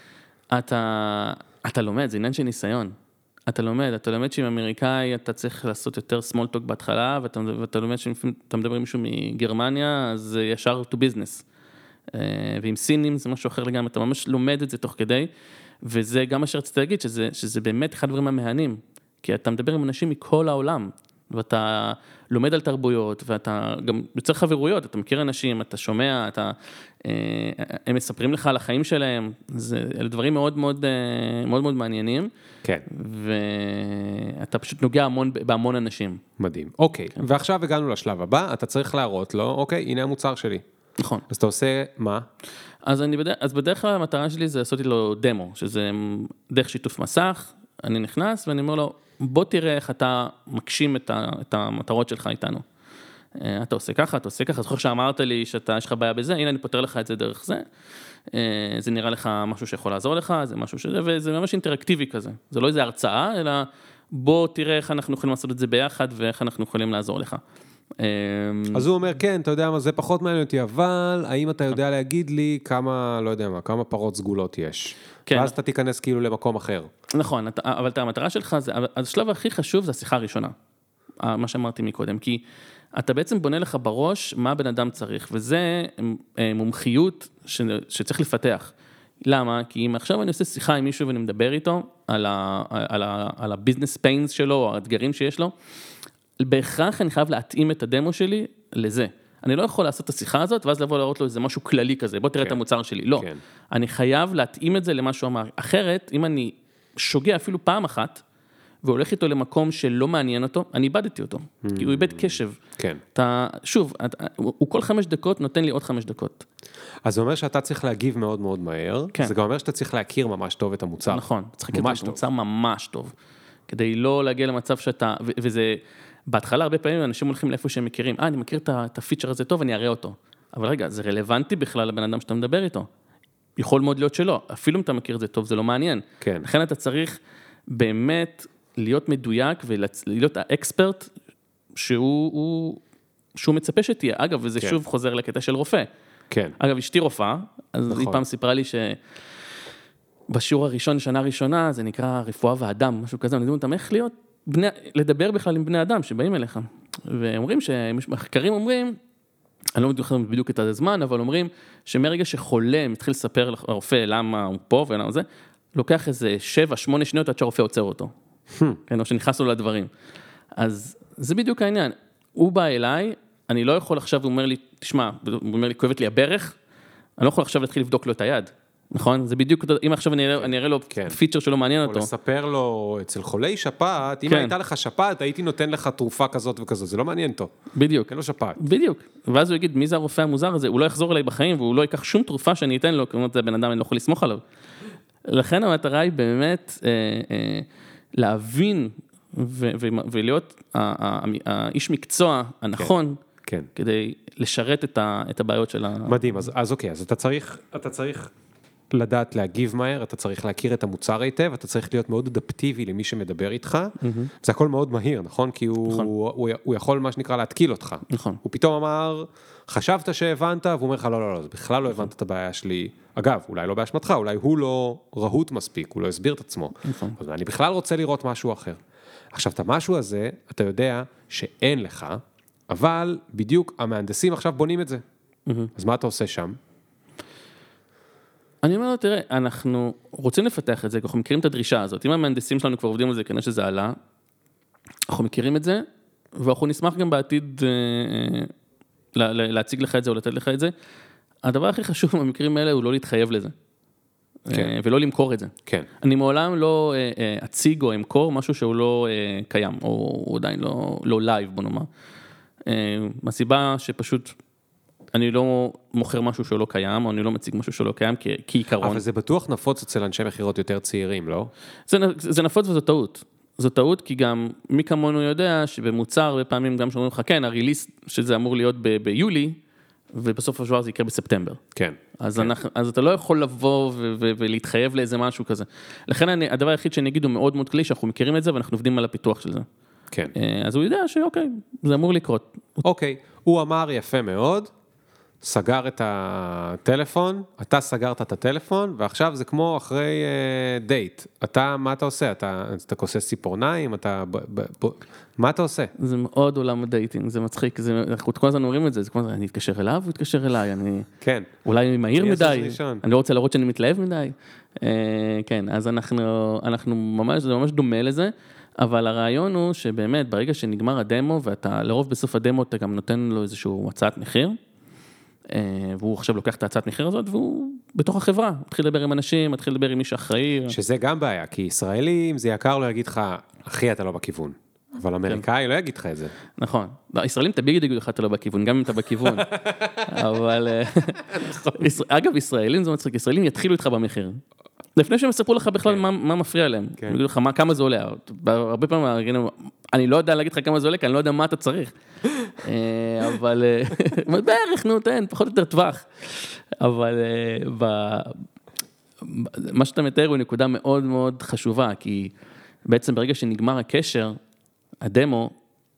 אתה לומד, זה עניין של ניסיון. אתה לומד שעם אמריקאי אתה צריך לעשות יותר small talk בהתחלה, ואתה לומד שאתה מדבר עם מישהו מגרמניה, אז זה ישר to business. ועם סינים זה משהו אחר לגמרי, אתה ממש לומד את זה תוך כדי, וזה גם מה שרציתי להגיד, שזה באמת אחד הדברים המהנים, כי אתה מדבר עם אנשים מכל העולם, ואתה לומד על תרבויות, ואתה גם יוצר חברויות, אתה מכיר אנשים, אתה שומע, הם מספרים לך על החיים שלהם, אלה דברים מאוד מאוד, מאוד מאוד מעניינים. כן. ואתה פשוט נוגע בהמון אנשים. מדהים. אוקיי, ועכשיו הגענו לשלב הבא, אתה צריך להראות לו, אוקיי, הנה המוצר שלי. נכון. אז אתה עושה מה? אז בדרך כלל המטרה שלי זה לעשות לו דמו, שזה דרך שיתוף מסך, אני נכנס ואני אומר לו, בוא תראה איך אתה מגשים את המטרות שלך איתנו. אתה עושה ככה, זוכר שאמרת לי שאתה, יש לך בעיה בזה, הנה אני פותר לך את זה דרך זה, זה נראה לך משהו שיכול לעזור לך, זה משהו שזה, וזה ממש אינטראקטיבי כזה, זה לא איזה הרצאה, אלא בוא תראה איך אנחנו יכולים לעשות את זה ביחד, ואיך אנחנו יכולים לעזור לך. אז הוא אומר, כן, אתה יודע מה, זה פחות מעניין אותי, אבל האם אתה יודע להגיד לי כמה, לא יודע מה, כמה פרות סגולות יש? כן. ואז אתה תיכנס כאילו למקום אחר. נכון, אבל המטרה שלך, השלב הכי חשוב זה השיחה הראשונה, מה שאמרתי מקודם, כי אתה בעצם בונה לך בראש מה הבן אדם צריך, וזה מומחיות שצריך לפתח. למה? כי אם עכשיו אני עושה שיחה עם מישהו ואני מדבר איתו על הביזנס פיינס שלו, או האתגרים שיש לו, בהכרח אני חייב להתאים את הדמו שלי לזה. אני לא יכול לעשות את השיחה הזאת, ואז לבוא להראות לו איזה משהו כללי כזה, בוא תראה את המוצר שלי. לא, אני חייב להתאים את זה למה שהוא אמר. אחרת, אם אני שוגע אפילו פעם אחת, והולך איתו למקום שלא מעניין אותו, אני איבדתי אותו, כי הוא איבד קשב. כן. שוב, הוא כל 5 דקות נותן לי עוד 5 דקות. אז זה אומר שאתה צריך להגיב מאוד מאוד מהר, זה גם אומר שאתה צריך להכיר ממש טוב את המוצר. נכון, צריך להכיר את המוצר ממש טוב, כדי לא להגיע למצב שאתה, וזה, בהתחלה הרבה פעמים אנשים הולכים לאיפה שהם מכירים, אני מכיר את הפיצ'ר הזה טוב, אני אראה אותו. אבל רגע, זה רלוונטי בכלל לבן אדם שאתה מדבר איתו. יכול מאוד להיות שלא, אפילו אם אתה מכיר את זה טוב, זה לא מעניין. כן. לכן אתה צריך באמת להיות מדויק ולהיות האקספרט שהוא מצפה שתהיה. אגב, וזה שוב חוזר לקטע של רופא. כן. אגב, אשתי רופאה, אז היא פעם סיפרה לי שבשיעור הראשון, שנה ראשונה, זה נקרא רפואה ואדם, משהו כזה, אני יודעת, איך להיות, לדבר בכלל עם בני אדם שבאים אליך. ואומרים שמחקרים אומרים, אני לא יודע בדיוק את הזמן, אבל אומרים שמרגע שחולה מתחיל לספר לרופא למה הוא פה ולמה זה, לוקח איזה 7-8 שניות עד שהרופא עוצר אותו. כן, או שנכנס לו לדברים. אז זה בדיוק העניין. הוא בא אליי, אני לא יכול עכשיו, הוא אומר לי, תשמע, הוא אומר לי, כואבת לי הברך, אני לא יכול עכשיו להתחיל לבדוק לו את היד. נכון? זה בדיוק, אם עכשיו אני אראה לו פיצ'ר שלא מעניין אותו. או לספר לו, אצל חולי שפעת, אם הייתה לך שפעת, הייתי נותן לך תרופה כזאת וכזאת, זה לא מעניין אותו. בדיוק. אין לו שפעת. בדיוק. ואז הוא יגיד, מי זה הרופא המוזר הזה? הוא לא יחזור אליי בחיים, והוא לא ייקח שום תרופה שאני אתן לו, כמו זה בן אדם, אני לא יכול לסמוך עליו. לכן המטרה היא באמת להבין ולהיות האיש מקצוע הנכון, כדי לשרת את הבעיות של מדהים, אז אוקיי, אז אתה צריך לדעת להגיב מהר, אתה צריך להכיר את המוצר היטב, אתה צריך להיות מאוד אדפטיבי למי שמדבר איתך, זה הכל מאוד מהיר, נכון? כי הוא יכול מה שנקרא להתקיל אותך. נכון. הוא פתאום אמר, חשבת שהבנת, והוא אומר לך, לא, זה בכלל לא הבנת את הבעיה שלי. אגב, אולי לא באשמתך, אולי הוא לא רהוט מספיק, הוא לא הסביר את עצמו. אז אני בכלל רוצה לראות משהו אחר. עכשיו, את המשהו הזה, אתה יודע שאין לך, אבל בדיוק המהנדסים עכשיו בונים את זה. אז מה אתה עושה שם? אני אומר לו, תראה, אנחנו רוצים לפתח את זה, אנחנו מכירים את הדרישה הזאת. אם המהנדסים שלנו כבר עובדים על זה, כנראה שזה עלה, אנחנו מכירים את זה, ואנחנו נשמח גם בעתיד להציג לך את זה או לתת לך את זה. הדבר הכי חשוב במקרים האלה הוא לא להתחייב לזה. ולא למכור את זה. כן. אני מעולם לא אציג או אמכור משהו שהוא לא קיים, או הוא עדיין לא לייב, בוא נאמר. מהסיבה שפשוט אני לא מוכר משהו שהוא לא קיים, או אני לא מציג משהו שהוא לא קיים, כעיקרון. אבל זה בטוח נפוץ אצל אנשי מחירות יותר צעירים, לא? זה נפוץ וזו טעות. זו טעות כי גם מי כמונו יודע שבמוצר, הרבה פעמים גם שאומרים לך, כן, הריליס שזה אמור להיות ביולי, ובסוף השבוע זה יקרה בספטמבר. כן. אז אתה לא יכול לבוא ולהתחייב לאיזה משהו כזה. לכן הדבר היחיד שאני אגיד הוא מאוד מאוד כלי, שאנחנו מכירים את זה ואנחנו עובדים על הפיתוח של זה. כן. אז הוא יודע שאוקיי, זה אמור לקרות. אוקיי, הוא אמר יפה מאוד, סגר את הטלפון, אתה סגרת את הטלפון, ועכשיו זה כמו אחרי דייט. מה אתה עושה? אתה כוסס ציפורניים? מה אתה עושה? זה מאוד עולם הדייטינג, זה מצחיק, אנחנו כל הזמן אומרים את זה, זה כמו, אני אתקשר אליו, הוא יתקשר אליי, כן. אולי אני מהיר מדי, אני לא רוצה להראות שאני מתלהב מדי. כן, אז אנחנו ממש, זה ממש דומה לזה, אבל הרעיון הוא שבאמת, ברגע שנגמר הדמו, ואתה לרוב בסוף הדמו, אתה גם נותן לו איזשהו הצעת מחיר, והוא עכשיו לוקח את ההצעת מחיר הזאת, והוא בתוך החברה, מתחיל לדבר עם אנשים, מתחיל לדבר עם מי שאחראי. שזה גם בעיה, כי ישראלי, אם זה יקר, לא יגיד לך, אחי, אתה לא בכיוון. אבל אמריקאי לא יגיד לך את זה. נכון. הישראלים תמיד יגידו לך, אתה לא בכיוון, גם אם אתה בכיוון. אבל, אגב, ישראלים זה מצחיק, ישראלים יתחילו איתך במחיר. לפני שהם יספרו לך בכלל מה מפריע להם, יגידו לך כמה זה עולה, הרבה פעמים אני לא יודע להגיד לך כמה זה עולה, כי אני לא יודע מה אתה צריך, אבל בערך, נו, תן, פחות או יותר טווח, אבל מה שאתה מתאר הוא נקודה מאוד מאוד חשובה, כי בעצם ברגע שנגמר הקשר, הדמו,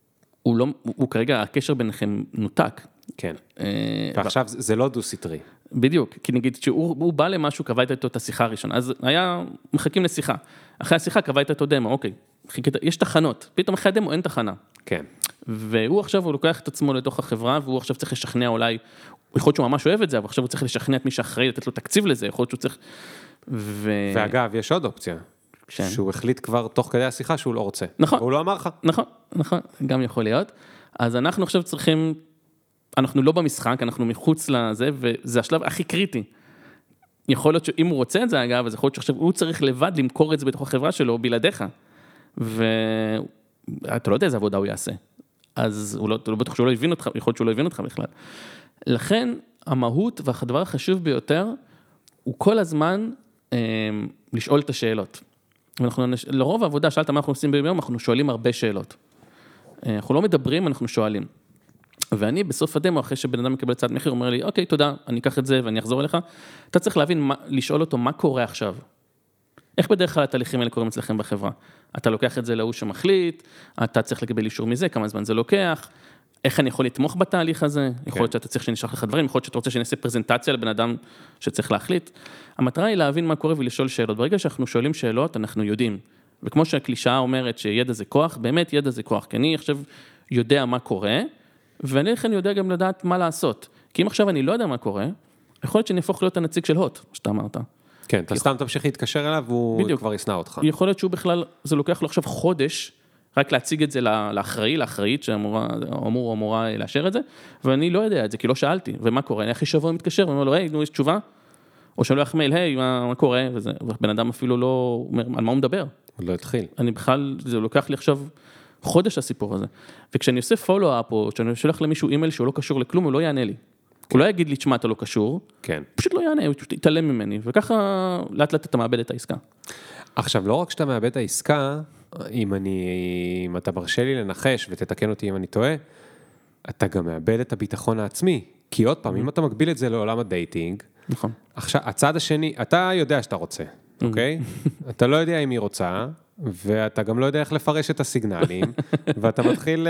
הוא כרגע, הקשר ביניכם נותק. כן, ועכשיו זה לא דו-סטרי. בדיוק, כי נגיד שהוא בא למשהו, קבעת איתו את השיחה הראשונה, אז היה מחכים לשיחה, אחרי השיחה קבעת איתו דמו, אוקיי, יש תחנות, פתאום אחרי הדמו אין תחנה. כן. והוא עכשיו, הוא לוקח את עצמו לתוך החברה, והוא עכשיו צריך לשכנע אולי, יכול להיות שהוא ממש אוהב את זה, אבל עכשיו הוא צריך לשכנע את מי שאחראי, לתת לו תקציב לזה, יכול להיות שהוא צריך... ואגב, יש עוד אופציה, שהוא החליט כבר תוך כדי השיחה שהוא לא רוצה. נכון. והוא לא אמר לך. נכון, גם יכול להיות. אז אנחנו עכשיו צריכים, אנחנו לא במשחק, אנחנו מחוץ לזה, וזה השלב הכי קריטי. יכול להיות שאם הוא רוצה את זה, אגב, אז יכול להיות שעכשיו הוא צריך לבד למכור את זה בתוך החברה שלו, בלעדיך. ואתה לא יודע איזה עבודה הוא יעשה. אז אתה לא בטוח שהוא לא הבין אותך, יכול להיות שהוא לא הבין אותך בכלל. לכן, המהות והדבר החשוב ביותר, הוא כל הזמן לשאול את השאלות. לרוב העבודה, שאלת מה אנחנו עושים ביום, אנחנו שואלים הרבה שאלות. אנחנו לא מדברים, אנחנו שואלים. ואני בסוף הדמו, אחרי שבן אדם מקבל צעד מחיר, אומר לי, אוקיי, תודה, אני אקח את זה ואני אחזור אליך. אתה צריך להבין, לשאול אותו מה קורה עכשיו. איך בדרך כלל התהליכים האלה קורים אצלכם בחברה? אתה לוקח את זה להוא שמחליט, אתה צריך לקבל אישור מזה, כמה זמן זה לוקח, איך אני יכול לתמוך בתהליך הזה, יכול להיות שאתה צריך שנשלח לך דברים, יכול להיות שאתה רוצה שנעשה פרזנטציה לבן אדם שצריך להחליט. המטרה היא להבין מה קורה ולשאול שאלות. ברגע שאנחנו שואלים שאלות, אנחנו יודעים. וכמו שהקלישאה אומרת שידע זה כוח, באמת ידע זה כוח, כי אני עכשיו יודע מה קורה, ואני לכן יודע גם לדעת מה לעשות. כי אם עכשיו אני לא יודע מה קורה, יכול להיות שאני אהפוך להיות הנציג של הוט, שאתה אמרת. כן, אתה סתם תמשיך להתקשר אליו, והוא כבר יסנע אותך. יכול להיות שהוא בכלל, זה לוקח לו עכשיו חודש, רק להציג את זה לאחראית, שאמורה לאשר את זה, ואני לא יודע את זה, כי לא שאלתי, ומה קורה? אני אחרי שבוע מתקשר, ואומר לו, היי, יש תשובה? או שולח מייל, היי, מה קורה? ובן אדם אפילו לא אומר, על מה הוא מדבר? עוד לא התחיל. אני בכלל, זה לוקח לי עכשיו חודש הסיפור הזה. וכשאני עושה פולו-אפ, או כשאני שולח למישהו אימייל שהוא לא קשור לכלום, הוא לא יענה לי. הוא לא יגיד לי, תשמע, אתה לא קשור, פשוט לא יענה, הוא פשוט יתעלם ממני, וככה לאט לאט אתה מאבד את העסקה. עכשיו, לא רק שאתה מאבד את העסקה, אם אתה מרשה לי לנחש ותתקן אותי אם אני טועה, אתה גם מאבד את הביטחון העצמי, כי עוד פעם, אם אתה מגביל את זה לעולם הדייטינג, נכון. עכשיו, הצד השני, אתה יודע שאתה רוצה, אוקיי? אתה לא יודע אם היא רוצה, ואתה גם לא יודע איך לפרש את הסיגנלים, ואתה מתחיל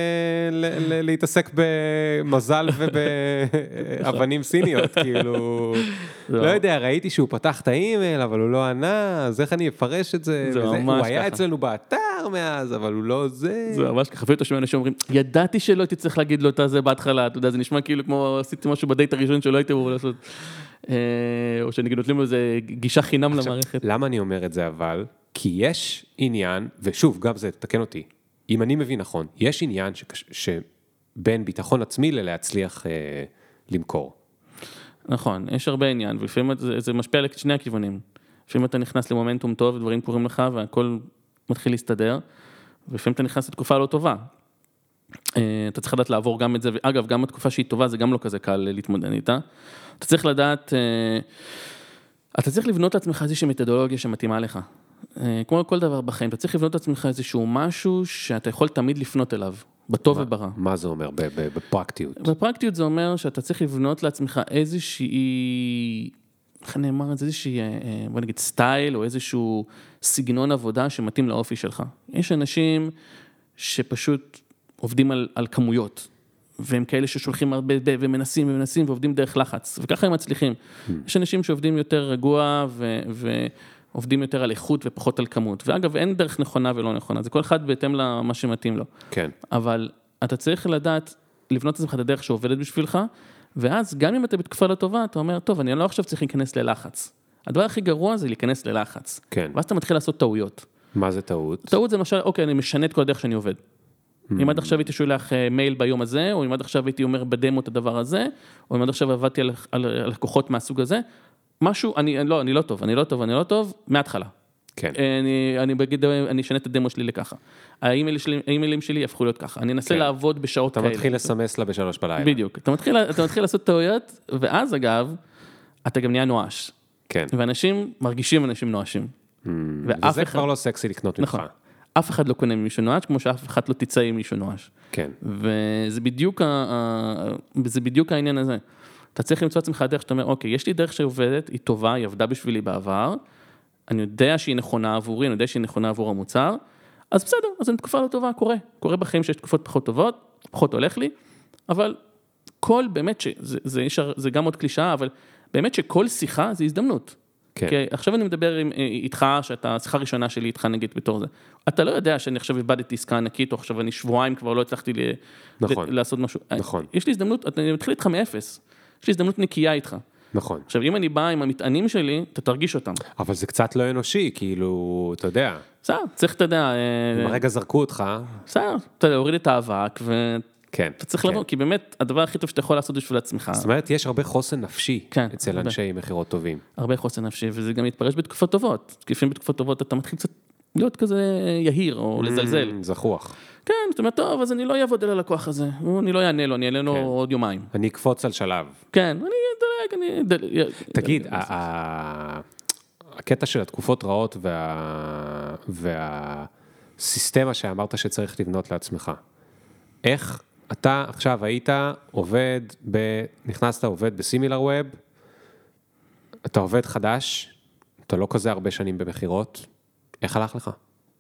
להתעסק במזל ובאבנים סיניות, כאילו, לא יודע, ראיתי שהוא פתח את האימייל, אבל הוא לא ענה, אז איך אני אפרש את זה? הוא היה אצלנו באתר מאז, אבל הוא לא זה. זה ממש ככה, ואתה שומע אנשים אומרים, ידעתי שלא הייתי צריך להגיד לו את זה בהתחלה, אתה יודע, זה נשמע כאילו כמו עשיתי משהו בדייט הראשון שלא הייתי אמור לעשות, או שנגיד נותנים לו איזה גישה חינם למערכת. למה אני אומר את זה אבל? כי יש עניין, ושוב, גם זה, תקן אותי, אם אני מבין נכון, יש עניין שבין ביטחון עצמי ללהצליח למכור. נכון, יש הרבה עניין, ולפעמים זה משפיע על שני הכיוונים. לפעמים אתה נכנס למומנטום טוב, דברים קורים לך, והכל מתחיל להסתדר, ולפעמים אתה נכנס לתקופה לא טובה. אתה צריך לדעת לעבור גם את זה, ואגב, גם התקופה שהיא טובה, זה גם לא כזה קל להתמודד איתה. אתה צריך לדעת, אתה צריך לבנות לעצמך איזושהי מתודולוגיה שמתאימה לך. כמו כל דבר בחיים, אתה צריך לבנות לעצמך איזשהו משהו שאתה יכול תמיד לפנות אליו, בטוב וברע. מה זה אומר בפרקטיות? בפרקטיות זה אומר שאתה צריך לבנות לעצמך איזושהי, איך אני אמר את זה, איזושהי, בוא נגיד, סטייל או איזשהו סגנון עבודה שמתאים לאופי שלך. יש אנשים שפשוט עובדים על כמויות, והם כאלה ששולחים הרבה ומנסים ועובדים דרך לחץ, וככה הם מצליחים. יש אנשים שעובדים יותר רגוע עובדים יותר על איכות ופחות על כמות. ואגב, אין דרך נכונה ולא נכונה, זה כל אחד בהתאם למה שמתאים לו. כן. אבל אתה צריך לדעת, לבנות את עצמך את הדרך שעובדת בשבילך, ואז גם אם אתה בתקופה לא טובה, אתה אומר, טוב, אני לא עכשיו צריך להיכנס ללחץ. הדבר הכי גרוע זה להיכנס ללחץ. כן. ואז אתה מתחיל לעשות טעויות. מה זה טעות? טעות זה למשל, אוקיי, אני משנה את כל הדרך שאני עובד. אם עד עכשיו הייתי שולח מייל ביום הזה, או אם עד עכשיו הייתי אומר בדמו את הדבר הזה, או אם עד עכשיו עבדתי על לקוחות מהסוג הזה, משהו, אני לא טוב, מההתחלה. כן. אני אשנה את הדמו שלי לככה. האימיילים שלי יהפכו להיות ככה. אני אנסה לעבוד בשעות כאלה. אתה מתחיל לסמס לה ב3 בלילה. בדיוק. אתה מתחיל לעשות טעויות, ואז אגב, אתה גם נהיה נואש. כן. ואנשים מרגישים אנשים נואשים. וזה כבר לא סקסי לקנות ממך. נכון. אף אחד לא קונה ממישהו נואש, כמו שאף אחד לא תצא עם מישהו נואש. כן. וזה בדיוק העניין הזה. אתה צריך למצוא עצמך דרך שאתה אומר, אוקיי, יש לי דרך שעובדת, היא טובה, היא עבדה בשבילי בעבר, אני יודע שהיא נכונה עבורי, אני יודע שהיא נכונה עבור המוצר, אז בסדר, אז אני תקופה לא טובה, קורה בחיים שיש תקופות פחות טובות, פחות הולך לי, אבל כל, באמת, זה גם עוד קלישאה, אבל באמת שכל שיחה זה הזדמנות. כן. כי עכשיו אני מדבר איתך, שאתה, שיחה ראשונה שלי איתך נגיד בתור זה. אתה לא יודע שאני עכשיו איבדתי עסקה ענקית, או עכשיו אני שבועיים כבר לא הצלחתי לעשות משהו. נכון. יש לי הזדמנות, אני מתחיל איתך מאפס. יש לי הזדמנות נקייה איתך. נכון. עכשיו, אם אני בא עם המטענים שלי, אתה תרגיש אותם. אבל זה קצת לא אנושי, כאילו, אתה יודע. בסדר, צריך, אתה יודע... אם הרגע זרקו אותך... בסדר, אתה יודע, הוריד את האבק, כן. אתה צריך לבוא, כי באמת, הדבר הכי טוב שאתה יכול לעשות בשביל עצמך. זאת אומרת, יש הרבה חוסן נפשי כן, אצל אנשי מחירות טובים. הרבה חוסן נפשי, וזה גם מתפרש בתקופות טובות. כי לפעמים בתקופות טובות אתה מתחיל קצת להיות כזה יהיר, או לזלזל. זכוח. כן, זאת אומרת, טוב, אז אני לא אעבוד על הלקוח הזה, אני לא אענה לו, אני אענה לו עוד יומיים. אני אקפוץ על שלב. כן, אני אדלג, תגיד, הקטע של התקופות רעות והסיסטמה שאמרת שצריך לבנות לעצמך, איך אתה עכשיו היית עובד, נכנסת עובד בסימילר ווב, אתה עובד חדש, אתה לא כזה הרבה שנים במחירות, איך הלך לך?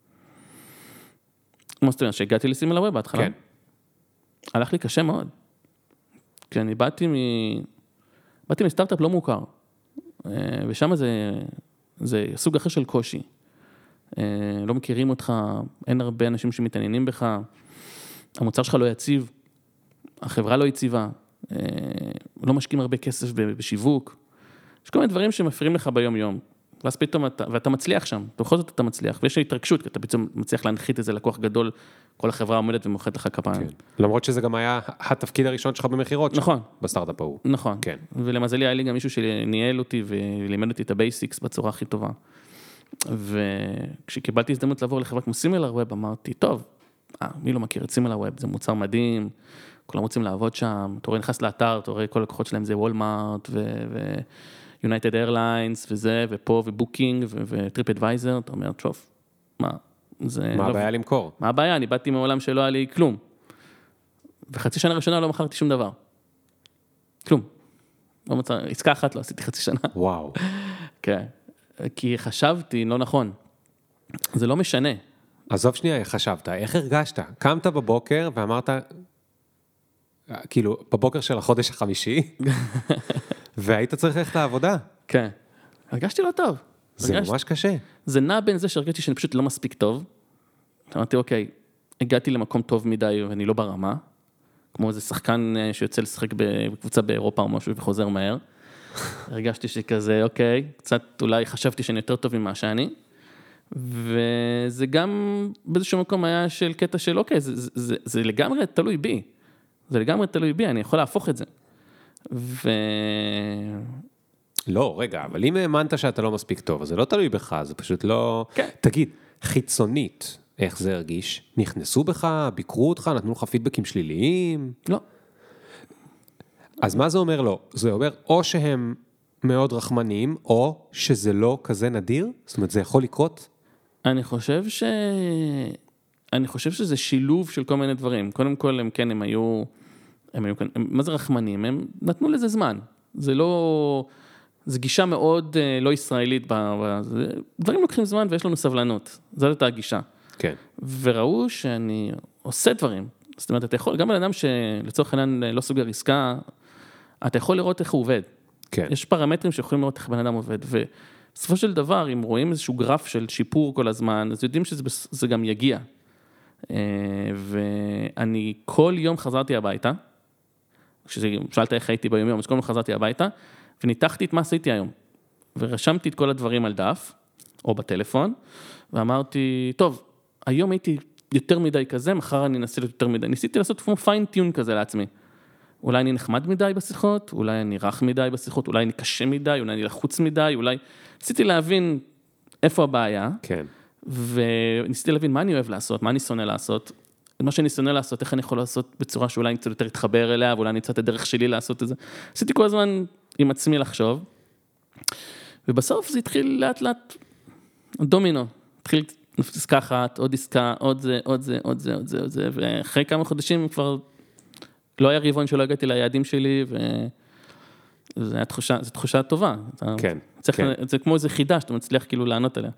מה זאת אומרת, שהגעתי לסימילר ווב בהתחלה? כן. הלך לי קשה מאוד. כי אני באתי מסטארט-אפ לא מוכר, ושם זה סוג אחר של קושי. לא מכירים אותך, אין הרבה אנשים שמתעניינים בך, המוצר שלך לא יציב, החברה לא יציבה, לא משקיעים הרבה כסף בשיווק, יש כל מיני דברים שמפריעים לך ביום-יום, ואז פתאום ואתה מצליח שם, בכל זאת אתה מצליח, ויש התרגשות, כי אתה פתאום מצליח להנחית איזה לקוח גדול, כל החברה עומדת ומוחאת לך כפיים. למרות שזה גם היה התפקיד הראשון שלך במחירות. נכון. בסטארט-אפ ההוא. נכון. כן. ולמזלי היה לי גם מישהו שניהל אותי ולימד אותי את הבייסיקס בצורה הכי טובה. וכשקיבלתי הזדמנות לעבור לחברה כמו סימילר ווב, אמרתי, טוב, מי לא מכיר את סימילר ווב, זה מוצר מדהים, כולם רוצים לעבוד שם, אתה רואה, נכנס לאתר, אתה רואה כל הלקוחות שלהם זה וולמארט ויונייטד איירליינס וזה, ופה ובוקינג וטריפ אדוויזר, אתה אומר, טוב, מה הבעיה למכור? מה הבעיה? אני באתי מעולם שלא היה לי כלום. וחצי שנה ראשונה לא מכרתי שום דבר. כלום. עסקה אחת לא עשיתי חצי שנה. וואו. כן. כי חשבתי, לא נכון. זה לא משנה. עזוב שנייה, איך חשבת? איך הרגשת? קמת בבוקר ואמרת, כאילו, בבוקר של החודש החמישי, והיית צריך ללכת לעבודה. כן. הרגשתי לא טוב. זה ממש קשה. זה נע בין זה שהרגשתי שאני פשוט לא מספיק טוב. אמרתי, אוקיי, הגעתי למקום טוב מדי ואני לא ברמה, כמו איזה שחקן שיוצא לשחק בקבוצה באירופה או משהו וחוזר מהר. הרגשתי שכזה, אוקיי, קצת אולי חשבתי שאני יותר טוב ממה שאני, וזה גם באיזשהו מקום היה של קטע של, אוקיי, זה לגמרי תלוי בי. זה לגמרי תלוי בי, אני יכול להפוך את זה. לא, רגע, אבל אם האמנת שאתה לא מספיק טוב, אז זה לא תלוי בך, זה פשוט לא... כן. תגיד, חיצונית, איך זה הרגיש? נכנסו בך, ביקרו אותך, נתנו לך פידבקים שליליים? לא. אז מה זה אומר לא? זה אומר או שהם מאוד רחמניים, או שזה לא כזה נדיר? זאת אומרת, זה יכול לקרות? אני חושב שזה שילוב של כל מיני דברים. קודם כל, הם היו מה זה רחמנים? הם נתנו לזה זמן. זה לא... זה גישה מאוד לא ישראלית, דברים לוקחים זמן ויש לנו סבלנות, זאת הייתה הגישה. כן. וראו שאני עושה דברים, זאת אומרת, אתה יכול, גם בן אדם שלצורך העניין לא סוגר עסקה, אתה יכול לראות איך הוא עובד. כן. יש פרמטרים שיכולים לראות איך בן אדם עובד, ובסופו של דבר, אם רואים איזשהו גרף של שיפור כל הזמן, אז יודעים שזה גם יגיע. ואני כל יום חזרתי הביתה, כששאלת איך הייתי ביום יום, אז כל יום חזרתי הביתה, וניתחתי את מה עשיתי היום, ורשמתי את כל הדברים על דף, או בטלפון, ואמרתי, טוב, היום הייתי יותר מדי כזה, מחר אני אנסה יותר מדי, ניסיתי לעשות כמו פיין טיון כזה לעצמי, אולי אני נחמד מדי בשיחות, אולי אני רך מדי בשיחות, אולי אני קשה מדי, אולי אני לחוץ מדי, אולי, ניסיתי להבין איפה הבעיה, כן. וניסיתי להבין מה אני אוהב לעשות, מה אני שונא לעשות, מה שאני שונא לעשות, איך אני יכול לעשות בצורה שאולי אני קצת יותר אתחבר אליה, ואולי אני קצת הדרך שלי לעשות את זה. עשיתי כל הזמן עם עצמי לחשוב, ובסוף זה התחיל לאט לאט דומינו, התחיל עסקה אחת, עוד עסקה, עוד זה, עוד זה, עוד זה, עוד זה, עוד זה, ואחרי כמה חודשים כבר לא היה רבעון שלא הגעתי ליעדים שלי, וזו תחושה טובה. כן. זה כמו איזה חידה שאתה מצליח כאילו לענות עליה.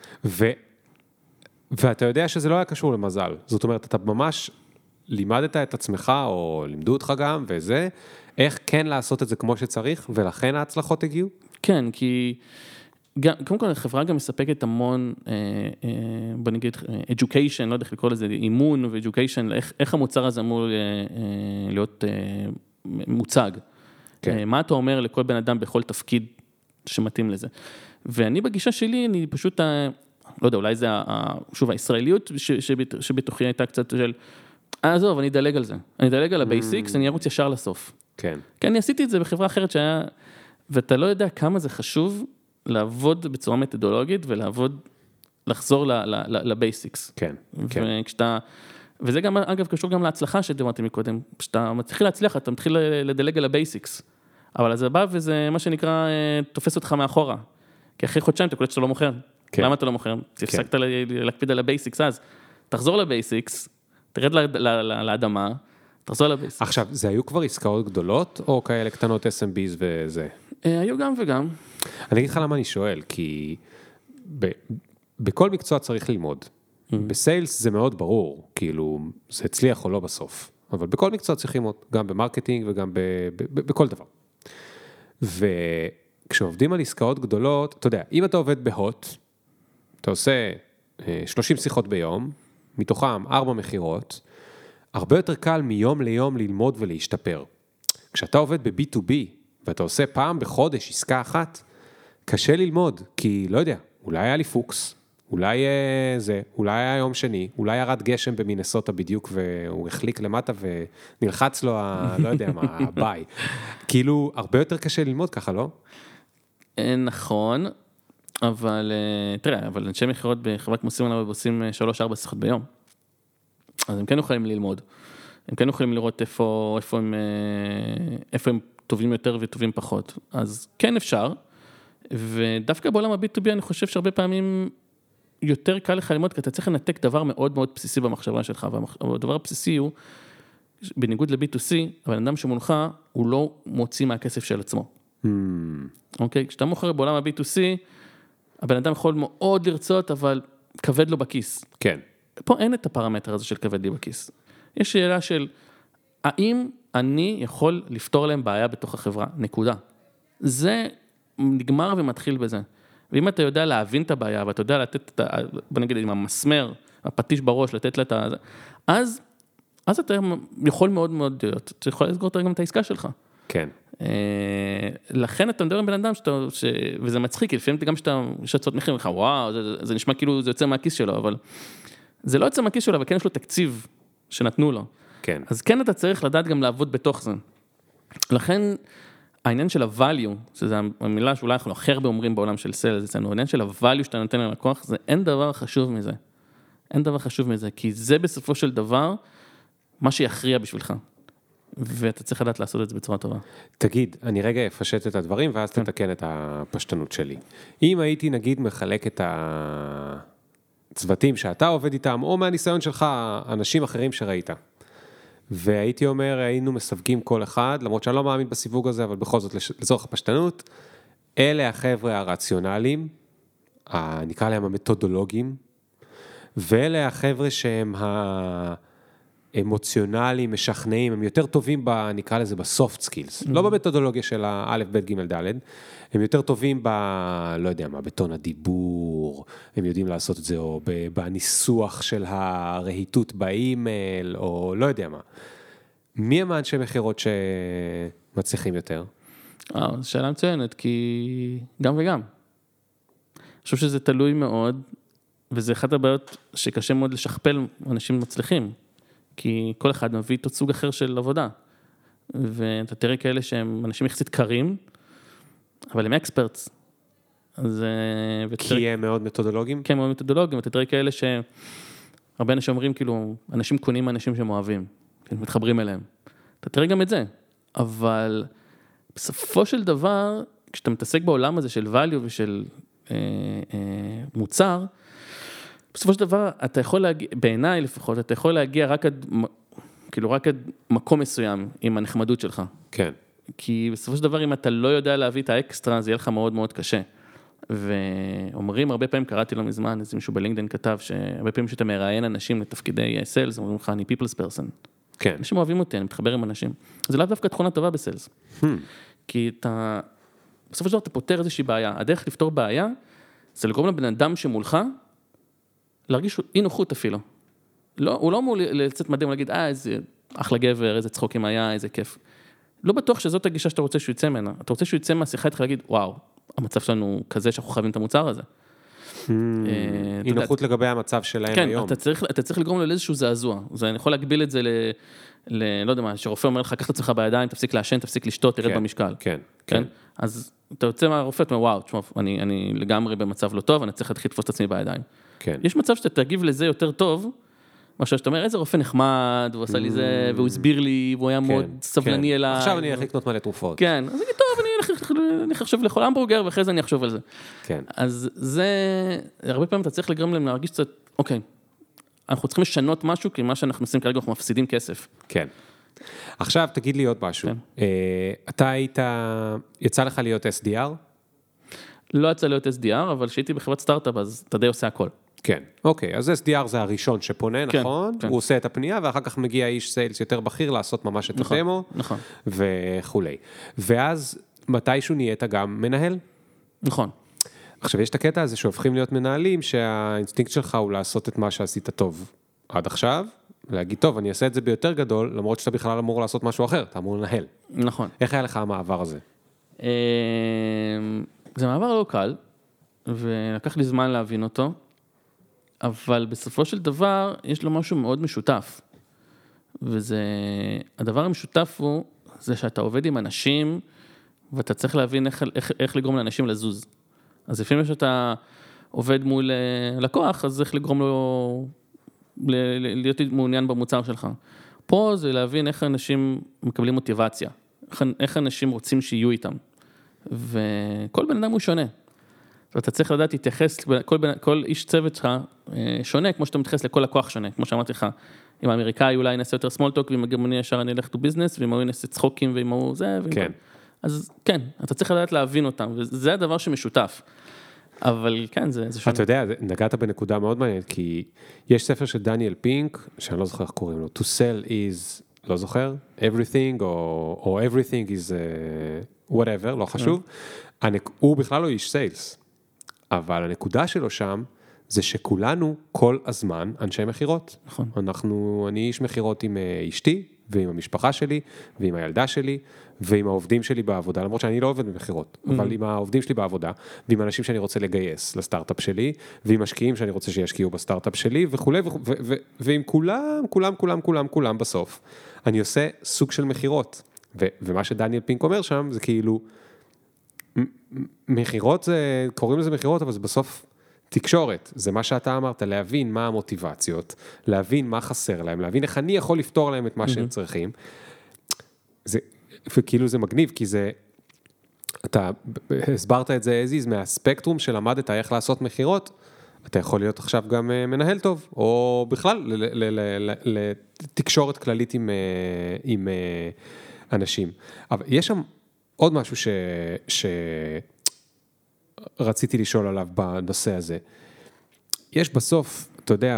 ואתה יודע שזה לא היה קשור למזל. זאת אומרת, אתה ממש לימדת את עצמך, או לימדו אותך גם, וזה, איך כן לעשות את זה כמו שצריך, ולכן ההצלחות הגיעו? כן, כי קודם כל החברה גם מספקת המון, בוא נגיד, education, לא יודע איך לקרוא לזה, אימון ו-education, איך המוצר הזה אמור להיות מוצג. מה אתה אומר לכל בן אדם בכל תפקיד שמתאים לזה. ואני בגישה שלי, אני פשוט, לא יודע, אולי זה, שוב, הישראליות שבתוכי הייתה קצת של, עזוב, אני אדלג על זה. אני אדלג על הבייסיקס, אני ארוץ ישר לסוף. כן. כי אני עשיתי את זה בחברה אחרת שהיה, ואתה לא יודע כמה זה חשוב לעבוד בצורה מתודולוגית, ולעבוד, לחזור לבייסיקס. כן, כן. וזה גם, אגב, קשור גם להצלחה שדיברתי מקודם, כשאתה מתחיל להצליח, אתה מתחיל לדלג על הבייסיקס. אבל זה בא וזה מה שנקרא, תופס אותך מאחורה. כי אחרי חודשיים אתה קולט שאתה לא מוכר. כן. למה אתה לא מוכר? הפסקת להקפיד על הבייסיקס, אז תחזור לבייסיקס, תרד לאדמה, תחזור לבייסיקס. עכשיו, זה היו כבר עסקאות גדולות, או כאלה קטנות SMBs וזה? היו גם וגם. אני אגיד לך למה אני שואל, כי בכל מקצוע צריך ללמוד. בסיילס זה מאוד ברור, כאילו, זה הצליח או לא בסוף. אבל בכל מקצוע צריך ללמוד, גם במרקטינג וגם בכל דבר. וכשעובדים על עסקאות גדולות, אתה יודע, אם אתה עובד בהוט, אתה עושה 30 שיחות ביום, מתוכם 4 מחירות, הרבה יותר קל מיום ליום ללמוד ולהשתפר. כשאתה עובד ב-B2B, ואתה עושה פעם בחודש עסקה אחת, קשה ללמוד, כי לא יודע, אולי היה לי פוקס, אולי אולי היה יום שני, אולי ירד גשם במינסוטה בדיוק, והוא החליק למטה ונלחץ לו, לא יודע מה, הביי. כאילו, הרבה יותר קשה ללמוד ככה, לא? נכון, אבל, תראה, אבל אנשי מכירות בחברה כמו סימון עושים 3-4 שיחות ביום. אז הם כן יכולים ללמוד. הם כן יכולים לראות איפה הם טובים יותר וטובים פחות. אז כן אפשר, ודווקא בעולם ה-B2B אני חושב שהרבה פעמים יותר קל לך ללמוד, כי אתה צריך לנתק דבר מאוד מאוד בסיסי במחשבה שלך, והדבר הבסיסי הוא, בניגוד ל-B2C, אבל אדם שמולך, הוא לא מוציא מהכסף של עצמו. אוקיי? כשאתה מוכר בעולם ה-B2C, הבן אדם יכול מאוד לרצות, אבל כבד לו בכיס. כן. פה אין את הפרמטר הזה של כבד לי בכיס. יש שאלה של, האם אני יכול לפתור להם בעיה בתוך החברה? נקודה. זה נגמר ומתחיל בזה. ואם אתה יודע להבין את הבעיה, ואתה יודע לתת, בוא נגיד, עם המסמר, הפטיש בראש, לתת לה את זה, אז אתה יכול מאוד מאוד להיות, אתה יכול לסגור גם את העסקה שלך. כן. לכן אתה מדבר עם בן אדם, וזה מצחיק, לפעמים גם שאתה יש הצעות מחיר, וואו, זה נשמע כאילו זה יוצא מהכיס שלו, אבל זה לא יוצא מהכיס שלו, אבל כן יש לו תקציב שנתנו לו. כן. אז כן אתה צריך לדעת גם לעבוד בתוך זה. לכן, העניין של ה-value, שזו המילה שאולי אנחנו הכי הרבה אומרים בעולם של סיילס, אצלנו, העניין של ה-value שאתה נותן ללקוח, זה אין דבר חשוב מזה. אין דבר חשוב מזה, כי זה בסופו של דבר, מה שיכריע בשבילך. ואתה צריך לדעת לעשות את זה בצורה טובה. תגיד, אני רגע אפשט את הדברים, ואז תתקן את הפשטנות שלי. אם הייתי, נגיד, מחלק את הצוותים שאתה עובד איתם, או מהניסיון שלך, אנשים אחרים שראית, והייתי אומר, היינו מסווגים כל אחד, למרות שאני לא מאמין בסיווג הזה, אבל בכל זאת, לצורך הפשטנות, אלה החבר'ה הרציונליים, נקרא להם המתודולוגיים, ואלה החבר'ה שהם האמוציונליים, משכנעים, הם יותר טובים, נקרא לזה, בסופט סקילס, לא במתודולוגיה של האלף, בית, ג', ד', הם יותר טובים לא יודע מה, בטון הדיבור, הם יודעים לעשות את זה, או בניסוח של הרהיטות באימייל, או לא יודע מה. מי הם האנשי מכירות שמצליחים יותר? זו שאלה מצוינת, כי גם וגם. אני חושב שזה תלוי מאוד, וזה אחת הבעיות שקשה מאוד לשכפל אנשים מצליחים, כי כל אחד מביא את סוג אחר של עבודה, ואתה תראה כאלה שהם אנשים יחסית קרים, אבל הם אקספרטס. כי הם מאוד מתודולוגיים? כן, מאוד מתודולוגיים, ואתה תראה כאלה שהרבה אנשים אומרים, כאילו, אנשים קונים אנשים שהם אוהבים, מתחברים אליהם. אתה תראה גם את זה, אבל בסופו של דבר, כשאתה מתעסק בעולם הזה של value ושל מוצר, בסופו של דבר, אתה יכול להגיע, בעיניי לפחות, אתה יכול להגיע רק עד, כאילו רק עד מקום מסוים עם הנחמדות שלך. כן. כי בסופו של דבר, אם אתה לא יודע להביא את האקסטרה, זה יהיה לך מאוד מאוד קשה. ואומרים, הרבה פעמים, קראתי לא מזמן, איזה מישהו בלינקדאין כתב, שהרבה פעמים שאתה מראיין אנשים לתפקידי סיילס, אומרים לך, אני people's person. כן. אנשים אוהבים אותי, אני מתחבר עם אנשים. זה לאו דווקא תכונה טובה בסיילס. כי אתה, בסופו של דבר, אתה פותר איזושהי בעיה. הדרך לפתור בעיה, זה לגרום לבן אדם שמולך, להרגיש אי נוחות אפילו. לא, הוא לא אמור לצאת מדהים ולהגיד, איזה אחלה גבר, איזה צחוקים היה, איזה כיף. לא בטוח שזאת הגישה שאתה רוצה שהוא יצא ממנה. אתה רוצה שהוא יצא מהשיחה איתך להגיד, וואו, המצב שלנו כזה שאנחנו חייבים את המוצר הזה. אי נוחות לגבי המצב שלהם היום. כן, אתה צריך לגרום לו לאיזשהו זעזוע. אני יכול להגביל את זה לא יודע מה, שרופא אומר לך, קח את עצמך בידיים, תפסיק לעשן, תפסיק לשתות, תרד במשקל. כן. אז אתה יוצא מהרופא, אתה אומר, וואו, תשמע, אני לגמרי במצב לא טוב, אני צריך להתחיל לתפוס את עצמי בידיים. יש מצב שאתה תגיב לזה יותר טוב, מה שאתה אומר, איזה רופא נחמד, הוא עשה לי זה, והוא הסביר לי, והוא היה מאוד סבלני אליי. עכשיו אני הולך לקנות מלא תרופות. כן, אז אני טוב, אני אחשב לאכול המבורגר, ואחרי זה אני אחשוב על זה. כן. אז זה, הרבה פעמים אתה צריך לגרום להם להרגיש קצת, אוקיי, אנחנו צריכים לשנות משהו, כי מה שאנחנו עושים כרגע, אנחנו מפסידים כסף. כן. עכשיו תגיד לי עוד משהו. אתה יצא לך להיות SDR? לא יצא להיות SDR, אבל כשהייתי בחברת סטארט-אפ, אז אתה די עושה הכל. כן, אוקיי, אז SDR זה הראשון שפונה, נכון? כן. הוא עושה את הפנייה, ואחר כך מגיע איש סיילס יותר בכיר לעשות ממש את הדמו, נכון. וכולי. ואז מתישהו נהיית גם מנהל? נכון. עכשיו, יש את הקטע הזה שהופכים להיות מנהלים, שהאינסטינקט שלך הוא לעשות את מה שעשית טוב עד עכשיו, להגיד, טוב, אני אעשה את זה ביותר גדול, למרות שאתה בכלל אמור לעשות משהו אחר, אתה אמור לנהל. נכון. איך היה לך המעבר הזה? זה מעבר לא קל, ולקח לי זמן להבין אותו, אבל בסופו של דבר, יש לו משהו מאוד משותף. וזה, הדבר המשותף הוא, זה שאתה עובד עם אנשים, ואתה צריך להבין איך לגרום לאנשים לזוז. אז לפעמים שאתה עובד מול לקוח, אז איך לגרום לו להיות מעוניין במוצר שלך. פה זה להבין איך אנשים מקבלים מוטיבציה, איך אנשים רוצים שיהיו איתם. וכל בן אדם הוא שונה. ואתה צריך לדעת להתייחס, כל איש צוות שלך שונה, כמו שאתה מתייחס לכל לקוח שונה, כמו שאמרתי לך, אם האמריקאי אולי נעשה יותר small talk, ואם הגרמני ישר אני אלך to business, ואם הוא נעשה צחוקים, ואם הוא זה, כן. אז כן, אתה צריך לדעת להבין אותם, וזה הדבר שמשותף. אבל כן, זה שונה. אתה יודע, נגעת בנקודה מאוד מעניינת, כי יש ספר של דניאל פינק, שאני לא זוכר איך קוראים לו, To sell is, לא זוכר, everything, או everything is whatever, לא חשוב. הוא בכלל לא איש סיילס, אבל הנקודה שלו שם, זה שכולנו כל הזמן אנשי מחירות. נכון. אני איש מחירות עם אשתי, ועם המשפחה שלי, ועם הילדה שלי, ועם העובדים שלי בעבודה, למרות שאני לא עובד במחירות, אבל עם העובדים שלי בעבודה, ועם אנשים שאני רוצה לגייס לסטארט-אפ שלי, ועם משקיעים שאני רוצה שישקיעו בסטארט-אפ שלי, וכו', ועם כולם בסוף, אני עושה סוג של מחירות. ומה שדניאל פינק אומר שם, זה כאילו, מחירות זה, קוראים לזה מחירות, אבל זה בסוף תקשורת, זה מה שאתה אמרת, להבין מה המוטיבציות, להבין מה חסר להם, להבין איך אני יכול לפתור להם את מה שהם צריכים. זה, וכאילו זה מגניב, כי זה, אתה הסברת את זה הזיז, מהספקטרום שלמדת איך לעשות מחירות, אתה יכול להיות עכשיו גם מנהל טוב, או בכלל לתקשורת כללית עם אנשים. אבל יש שם עוד משהו רציתי לשאול עליו בנושא הזה. יש בסוף, אתה יודע,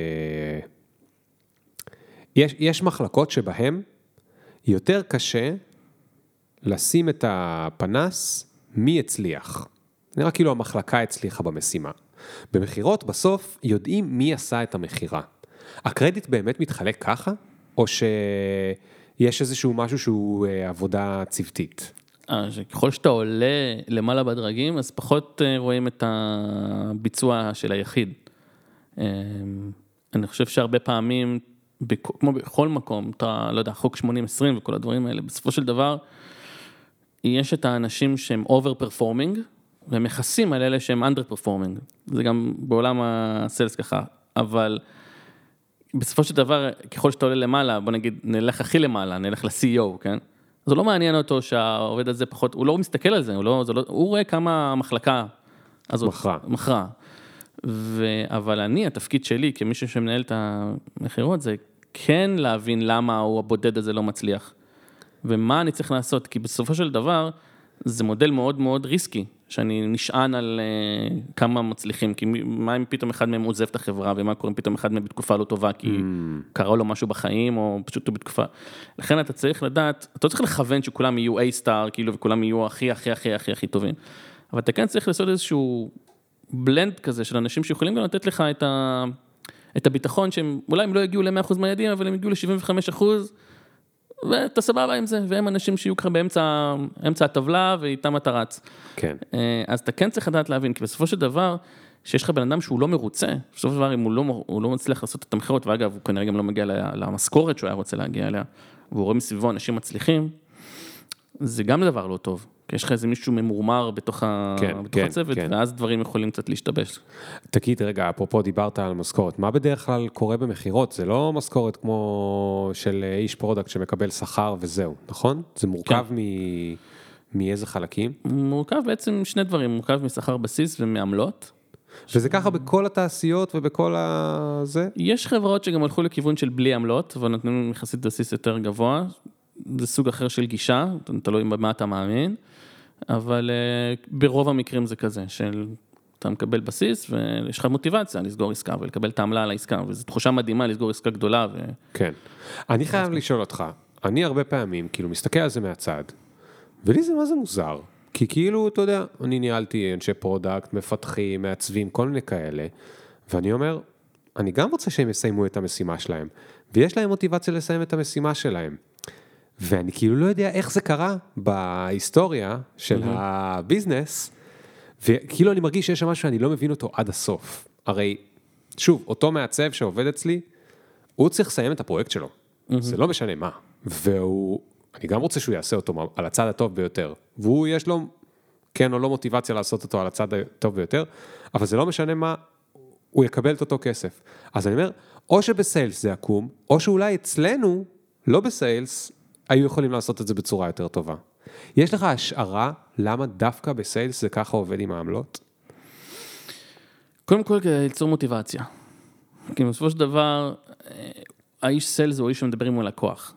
יש מחלקות שבהן יותר קשה לשים את הפנס מי הצליח. נראה כאילו המחלקה הצליחה במשימה. במחירות בסוף יודעים מי עשה את המחירה. הקרדיט באמת מתחלק ככה, או שיש איזשהו משהו שהוא עבודה צוותית? ככל שאתה עולה למעלה בדרגים, אז פחות רואים את הביצוע של היחיד. אני חושב שהרבה פעמים, כמו בכל מקום, אתה, לא יודע, חוק 80-20 וכל הדברים האלה, בסופו של דבר, יש את האנשים שהם over-performing, והם מכסים על אלה שהם under-performing. זה גם בעולם הסיילס ככה, אבל בסופו של דבר, ככל שאתה עולה למעלה, בוא נגיד, נלך הכי למעלה, נלך ל-CEO, כן? זה לא מעניין אותו שהעובד הזה פחות, הוא לא מסתכל על זה, הוא רואה כמה המחלקה הזאת מכרה. אבל התפקיד שלי, כמישהו שמנהל את המחירות, זה כן להבין למה הוא הבודד הזה לא מצליח. ומה אני צריך לעשות, כי בסופו של דבר, זה מודל מאוד מאוד ריסקי, שאני נשען על כמה מצליחים, כי מה אם פתאום אחד מהם עוזב את החברה, ומה קוראים פתאום אחד מהם בתקופה לא טובה, כי קרה לו משהו בחיים, או פשוט בתקופה. לכן אתה צריך לדעת, אתה לא צריך לכוון שכולם יהיו A-star, כאילו, וכולם יהיו הכי טובים. אבל אתה כן צריך לעשות איזשהו בלנד כזה, של אנשים שיכולים גם לתת לך את הביטחון, שהם אולי הם לא יגיעו ל-100% מהיעדים, אבל הם יגיעו ל-75%, ואתה סבבה עם זה, והם אנשים שיהיו ככה באמצע הטבלה, ואיתם אתה רץ. כן. אז אתה כן צריך לדעת להבין, כי בסופו של דבר, שיש לך בן אדם שהוא לא מרוצה, בסופו של דבר, אם הוא לא מצליח לעשות את המחירות, ואגב, הוא כנראה גם לא מגיע למשכורת שהוא היה רוצה להגיע אליה, והוא רואה מסביבו אנשים מצליחים, זה גם דבר לא טוב, כי יש לך איזה מישהו ממורמר בתוך הצוות, ואז דברים יכולים קצת להשתבש. תגיד, רגע, אפרופו דיברת על משכורת, מה בדרך כלל קורה במחירות? זה לא משכורת כמו של איש פרודקט שמקבל שכר וזהו, נכון? זה מורכב מאיזה חלקים? מורכב בעצם שני דברים, מורכב משכר בסיס ומעמלות. וזה ככה בכל התעשיות ובכל הזה? יש חברות שגם הלכו לכיוון של בלי עמלות, ונותנים יחסית בסיס יותר גבוה, זה סוג אחר של גישה, תלוי במה אתה מאמין, אבל ברוב המקרים זה כזה, שאתה מקבל בסיס, ויש לך מוטיבציה לסגור עסקה, ולקבל את העמלה על העסקה, וזו תחושה מדהימה לסגור עסקה גדולה. כן. אני חייב לשאול אותך, אני הרבה פעמים, כאילו, מסתכל על זה מהצד, ולי זה מה זה מוזר, כי כאילו, אתה יודע, אני ניהלתי אנשי פרודקט, מפתחים, מעצבים, כל מיני כאלה, ואני אומר, אני גם רוצה שהם יסיימו את המשימה שלהם, ויש להם מוטיבציה לסיים את המשימה שלהם. ואני כאילו לא יודע איך זה קרה בהיסטוריה של הביזנס, וכאילו אני מרגיש שיש שם משהו שאני לא מבין אותו עד הסוף. הרי, שוב, אותו מעצב שעובד אצלי, הוא צריך לסיים את הפרויקט שלו. זה לא משנה מה. אני גם רוצה שהוא יעשה אותו על הצד הטוב ביותר. והוא יש לו, כן או לא מוטיבציה לעשות אותו על הצד הטוב ביותר, אבל זה לא משנה מה, הוא יקבל את אותו כסף. אז אני אומר, או שבסיילס זה יקום, או שאולי אצלנו, לא בסיילס, היו יכולים לעשות את זה בצורה יותר טובה. יש לך השערה למה דווקא בסיילס זה ככה עובד עם העמלות? קודם כל, כדי ליצור מוטיבציה. כי בסופו של דבר, האיש סיילס הוא איש שמדבר עם הלקוח.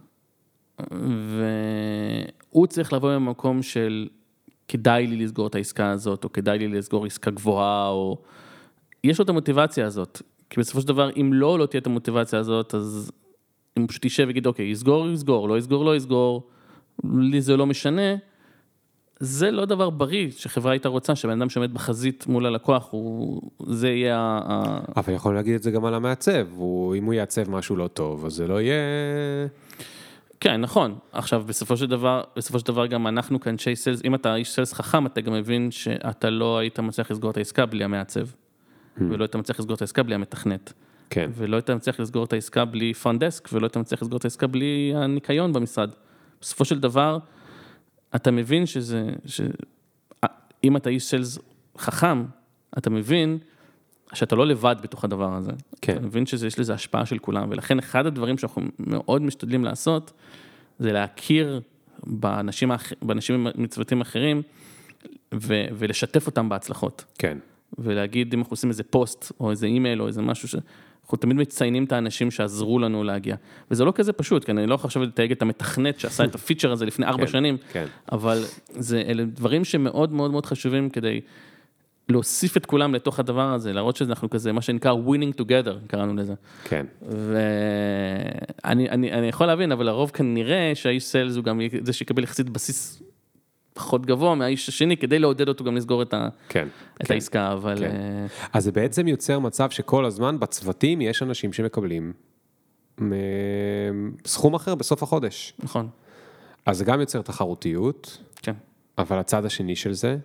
והוא צריך לבוא במקום של כדאי לי לסגור את העסקה הזאת, או כדאי לי לסגור עסקה גבוהה, או יש לו את המוטיבציה הזאת. כי בסופו של דבר, אם לא תהיה את המוטיבציה הזאת, אז אם הוא פשוט יישב ויגיד, אוקיי, יסגור, לא יסגור, לי זה לא משנה, זה לא דבר בריא שחברה הייתה רוצה, שבן אדם שעומד בחזית מול הלקוח, זה יהיה אבל יכול להגיד את זה גם על המעצב, אם הוא יעצב משהו לא טוב, אז זה לא יהיה... כן, נכון. עכשיו, בסופו של דבר גם אנחנו כאנשי סיילס, אם אתה איש סיילס חכם, אתה גם מבין שאתה לא היית מצליח לסגור את העסקה בלי המעצב, ולא היית מצליח לסגור את העסקה בלי המתכנת. כן. ולא היית מצליח לסגור את העסקה בלי פרונט-דסק, ולא היית מצליח לסגור את העסקה בלי הניקיון במשרד. בסופו של דבר, אתה מבין אם אתה איש סיילס חכם, אתה מבין שאתה לא לבד בתוך הדבר הזה. כן. אתה מבין שיש לזה השפעה של כולם, ולכן אחד הדברים שאנחנו מאוד משתדלים לעשות, זה להכיר באנשים מצוותים אחרים, ולשתף אותם בהצלחות. כן. ולהגיד אם אנחנו עושים איזה פוסט, או איזה אימייל, או איזה משהו אנחנו תמיד מציינים את האנשים שעזרו לנו להגיע. וזה לא כזה פשוט, כי אני לא יכול עכשיו לתייג את המתכנת שעשה את הפיצ'ר הזה לפני 4 שנים, אבל אלה דברים שמאוד מאוד מאוד חשובים כדי להוסיף את כולם לתוך הדבר הזה, להראות שאנחנו כזה, מה שנקרא winning together, קראנו לזה. כן. ואני יכול להבין, אבל לרוב כנראה שהאיש סיילס הוא גם זה שיקבל יחסית בסיס פחות גבוה מהאיש השני, כדי לעודד אותו גם לסגור את העסקה, אבל... אז זה בעצם יוצר מצב שכל הזמן בצוותים יש אנשים שמקבלים סכום אחר בסוף החודש. נכון. אז זה גם יוצר תחרותיות, כן. אבל הצד השני של זה,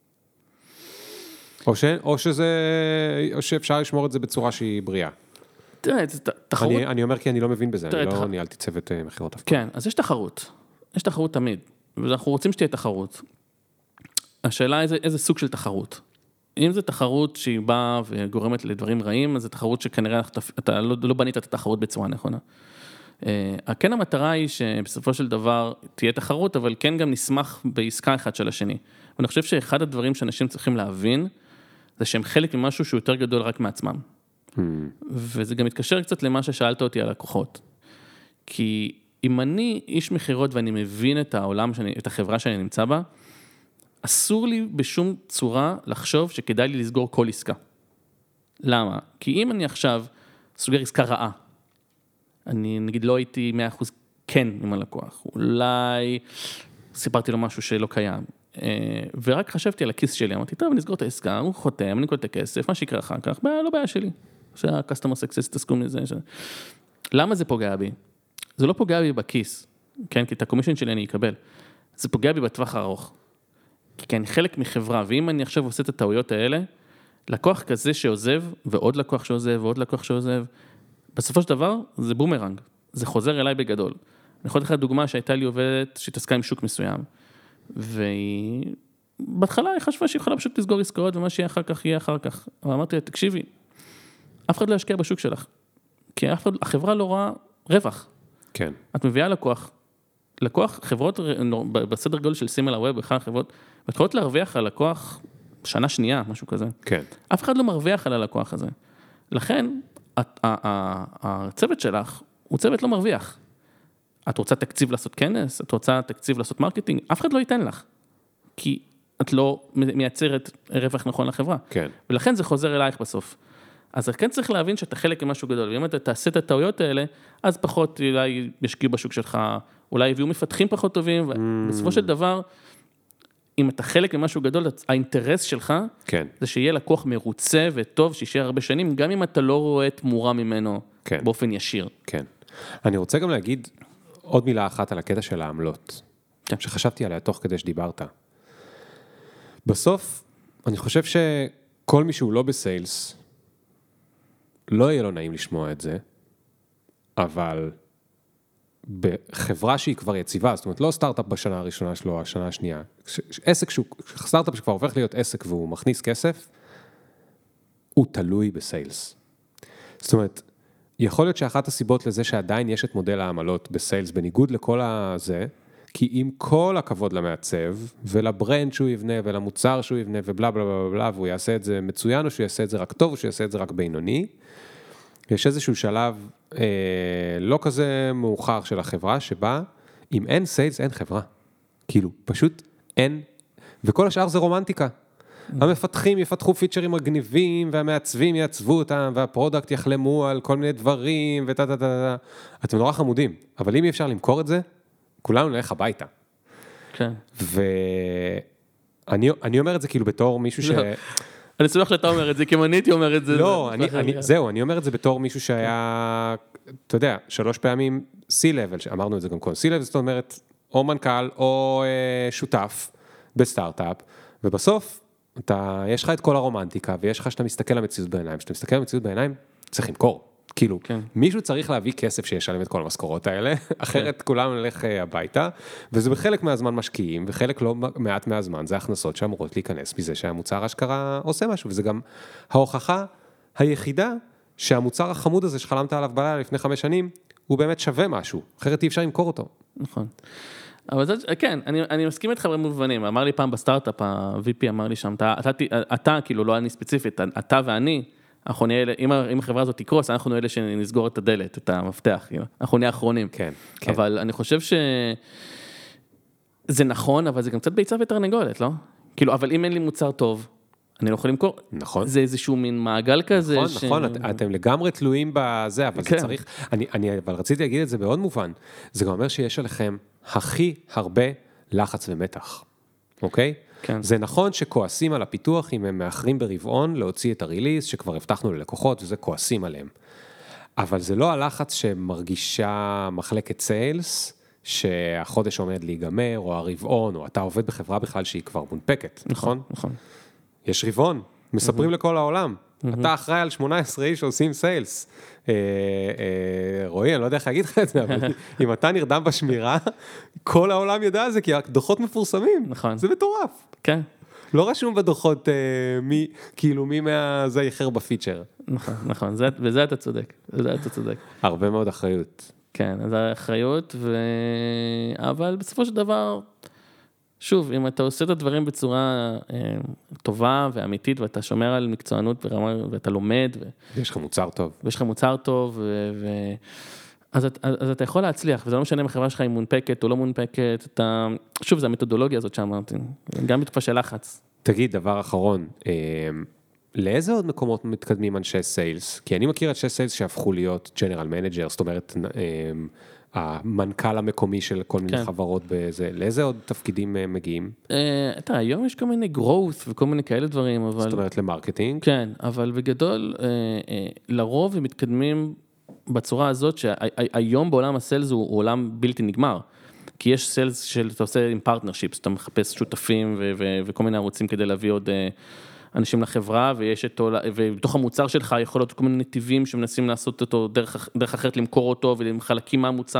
או שאפשר לשמור את זה בצורה שהיא בריאה. תראה, תחרות... אני אומר כי אני לא מבין בזה, אני לא ניהלתי צוות מחירות אף פעם. כן, אז יש תחרות. יש תחרות תמיד. ואנחנו רוצים שתהיה תחרות. השאלה איזה סוג של תחרות. אם זו תחרות שהיא באה וגורמת לדברים רעים, אז זו תחרות שכנראה אתה לא בנית את התחרות בצורה נכונה. כן, המטרה היא שבסופו של דבר תהיה תחרות, אבל כן גם נשמח בעסקה אחד של השני. ואני חושב שאחד הדברים שאנשים צריכים להבין, זה שהם חלק ממשהו שהוא יותר גדול רק מעצמם. וזה גם מתקשר קצת למה ששאלת אותי על לקוחות. כי אם אני איש מחירות ואני מבין את העולם, את החברה שאני נמצא בה, אסור לי בשום צורה לחשוב שכדאי לי לסגור כל עסקה. למה? כי אם אני עכשיו סוגר עסקה רעה, אני נגיד לא הייתי 100% כן עם הלקוח, אולי סיפרתי לו משהו שלא קיים, ורק חשבתי על הכיס שלי, אמרתי, טוב, אני אסגור את העסקה, הוא חותם, אני קורא את הכסף, מה שיקרה אחר כך, לא בעיה שלי, שה-customer success תסכו מזה. למה זה פוגע בי? זה לא פוגע בי בכיס, כן? כי את הקומישן שלי אני אקבל. זה פוגע בי בטווח הארוך. כי אני חלק מחברה, ואם אני עכשיו עושה את הטעויות האלה, לקוח כזה שעוזב, ועוד לקוח שעוזב, ועוד לקוח שעוזב, בסופו של דבר, זה בומרנג. זה חוזר אליי בגדול. אני יכול לתת לך דוגמה שהייתה לי עובדת שהתעסקה עם שוק מסוים, והיא, בהתחלה היא חשבה שהיא יכולה פשוט לסגור עסקאות, ומה שיהיה אחר כך, יהיה אחר כך. אבל אמרתי לה, תקשיבי, אף אחד לא ישקיע בשוק שלך, כי החברה לא רואה רווח. כן. את מביאה לקוח, חברות בסדר גודל של סימל הווב, בכלל חברות, מתחילות להרוויח על לקוח שנה שנייה, משהו כזה. כן. אף אחד לא מרוויח על הלקוח הזה. לכן, הצוות שלך הוא צוות לא מרוויח. את רוצה תקציב לעשות כנס, את רוצה תקציב לעשות מרקטינג, אף אחד לא ייתן לך. כי את לא מייצרת רווח נכון לחברה. כן. ולכן זה חוזר אלייך בסוף. אז כן צריך להבין שאתה חלק ממשהו גדול, ואם אתה תעשה את הטעויות האלה, אז פחות אולי ישקיעו בשוק שלך, אולי יביאו מפתחים פחות טובים, ובסופו של דבר, אם אתה חלק ממשהו גדול, האינטרס שלך, כן. זה שיהיה לקוח מרוצה וטוב, שישאר הרבה שנים, גם אם אתה לא רואה תמורה ממנו כן. באופן ישיר. כן. אני רוצה גם להגיד עוד מילה אחת על הקטע של העמלות, כן. שחשבתי עליה תוך כדי שדיברת. בסוף, אני חושב שכל מי שהוא לא בסיילס, לא יהיה לו נעים לשמוע את זה, אבל בחברה שהיא כבר יציבה, זאת אומרת, לא סטארט-אפ בשנה הראשונה שלו, השנה השנייה, סטארט-אפ שכבר הופך להיות עסק והוא מכניס כסף, הוא תלוי בסיילס. זאת אומרת, יכול להיות שאחת הסיבות לזה שעדיין יש את מודל העמלות בסיילס, בניגוד לכל הזה, כי עם כל הכבוד למעצב, ולברנד שהוא יבנה, ולמוצר שהוא יבנה, ובלה בלה בלה בלה, והוא יעשה את זה מצוין, או שהוא יעשה את זה רק טוב, או שהוא יעשה את זה רק בינוני, יש איזשהו שלב לא כזה מאוחר של החברה, שבה אם אין סיילס, אין חברה. כאילו, פשוט אין, וכל השאר זה רומנטיקה. המפתחים יפתחו פיצ'רים מגניבים, והמעצבים יעצבו אותם, והפרודקט יחלמו על כל מיני דברים, אתם נורא חמודים, אבל אם אי אפשר למכור את זה, כולנו נלך הביתה. כן. ואני אומר את זה כאילו בתור מישהו ש... אני שמח שאתה אומר את זה, כי מניתי אומר את זה. לא, אני אומר את זה בתור מישהו שהיה, אתה יודע, 3 פעמים C-Level, אמרנו את זה גם קודם, C-Level זאת אומרת, או מנכ"ל, או שותף בסטארט-אפ, ובסוף, יש לך את כל הרומנטיקה, ויש לך שאתה מסתכל על המציאות בעיניים, שאתה מסתכל על המציאות בעיניים, צריך למכור. כאילו, מישהו צריך להביא כסף שישלם את כל המשכורות האלה, אחרת כולם נלך הביתה, וזה בחלק מהזמן משקיעים, וחלק לא מעט מהזמן, זה הכנסות שאמורות להיכנס מזה שהמוצר אשכרה עושה משהו, וזה גם ההוכחה היחידה שהמוצר החמוד הזה שחלמת עליו בלילה לפני 5 שנים, הוא באמת שווה משהו, אחרת אי אפשר למכור אותו. נכון. אבל זה, כן, אני מסכים איתך במובנים, אמר לי פעם בסטארט-אפ, ה-VP אמר לי שם, אתה כאילו לא אני ספציפית, אתה ואני, אנחנו נהיה, אם החברה הזאת תקרוס, אנחנו נהיה שנסגור את הדלת, את המפתח, אנחנו נהיה האחרונים. כן, כן. אבל אני חושב שזה נכון, אבל זה גם קצת ביצה ותרנגולת, לא? כאילו, אבל אם אין לי מוצר טוב, אני לא יכול למכור. נכון. זה איזשהו מין מעגל כזה. נכון, אתם לגמרי תלויים בזה, אבל זה צריך, אבל רציתי להגיד את זה בעוד מובן, זה גם אומר שיש עליכם הכי הרבה לחץ ומתח, אוקיי? כן. זה נכון שכועסים על הפיתוח, אם הם מאחרים ברבעון להוציא את הריליס, שכבר הבטחנו ללקוחות, וזה כועסים עליהם. אבל זה לא הלחץ שמרגישה מחלקת סיילס, שהחודש עומד להיגמר, או הרבעון, או אתה עובד בחברה בכלל שהיא כבר מונפקת, נכון? נכון. יש רבעון, מספרים לכל העולם. אתה אחראי על 18 איש שעושים סיילס. רועי, אני לא יודע איך להגיד לך את זה, אבל אם אתה נרדם בשמירה, כל העולם ידע על זה, כי הדוחות מפורסמים. נכון. זה מטורף. כן. לא רשום בדוחות כאילו מי מהזה יחר בפיצ'ר. נכון, וזה אתה צודק. הרבה מאוד אחריות. כן, אז האחריות, אבל בסופו של דבר, שוב, אם אתה עושה את הדברים בצורה טובה ואמיתית, ואתה שומר על מקצוענות ברמה, ואתה לומד, יש לך מוצר טוב. ויש לך מוצר טוב, אז אתה יכול להצליח, וזה לא משנה אם החברה שלך היא מונפקת או לא מונפקת, שוב, זה המתודולוגיה הזאת שאמרתי, גם בתקופה של לחץ. תגיד, דבר אחרון, לאיזה עוד מקומות מתקדמים אנשי סיילס? כי אני מכיר אנשי סיילס שהפכו להיות ג'נרל מנג'ר, זאת אומרת, המנכ"ל המקומי של כל מיני חברות בזה, לאיזה עוד תפקידים מגיעים? היום יש כל מיני growth וכל מיני כאלה דברים, אבל... זאת אומרת, למרקטינג? כן, אבל בגדול, לרוב הם מתקדמים בצורה הזאת, שהיום בעולם הסיילס הוא עולם בלתי נגמר, כי יש סיילס שאתה עושה עם פרטנרשיפס, אתה מחפש שותפים וכל מיני ערוצים כדי להביא עוד אנשים לחברה, ובתוך המוצר שלך יכול להיות כל מיני נתיבים שמנסים לעשות אותו דרך אחרת למכור אותו, ולחלקים מהמוצר.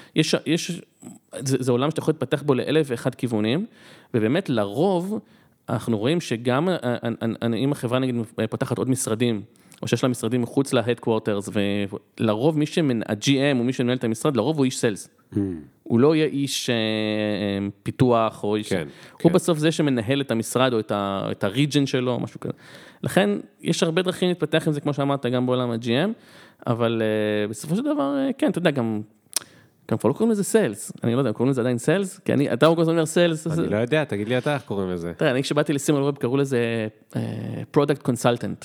זה עולם שאתה יכול להתפתח בו לאלף ואחד כיוונים, ובאמת לרוב אנחנו רואים שגם אם החברה נגיד פותחת עוד משרדים, או שיש לה משרדים מחוץ ל-headquarters, ולרוב ה-GM או מי שמנהל את המשרד, לרוב הוא איש סיילס. הוא לא יהיה איש פיתוח, או איש... הוא בסוף זה שמנהל את המשרד, או את הריג'ן שלו, או משהו כזה. לכן, יש הרבה דרכים להתפתח עם זה, כמו שאמרת, גם בעולם ה-GM, אבל בסופו של דבר, כן, אתה יודע, גם כבר לא קוראים לזה סיילס, אני לא יודע, קוראים לזה עדיין סיילס, כי אתה כל הזמן אומר סיילס. אני לא יודע, תגיד לי אתה איך קוראים לזה. תראה, אני כשבאתי לסימון ווב, קראו לזה פרודקט קונסלטנט,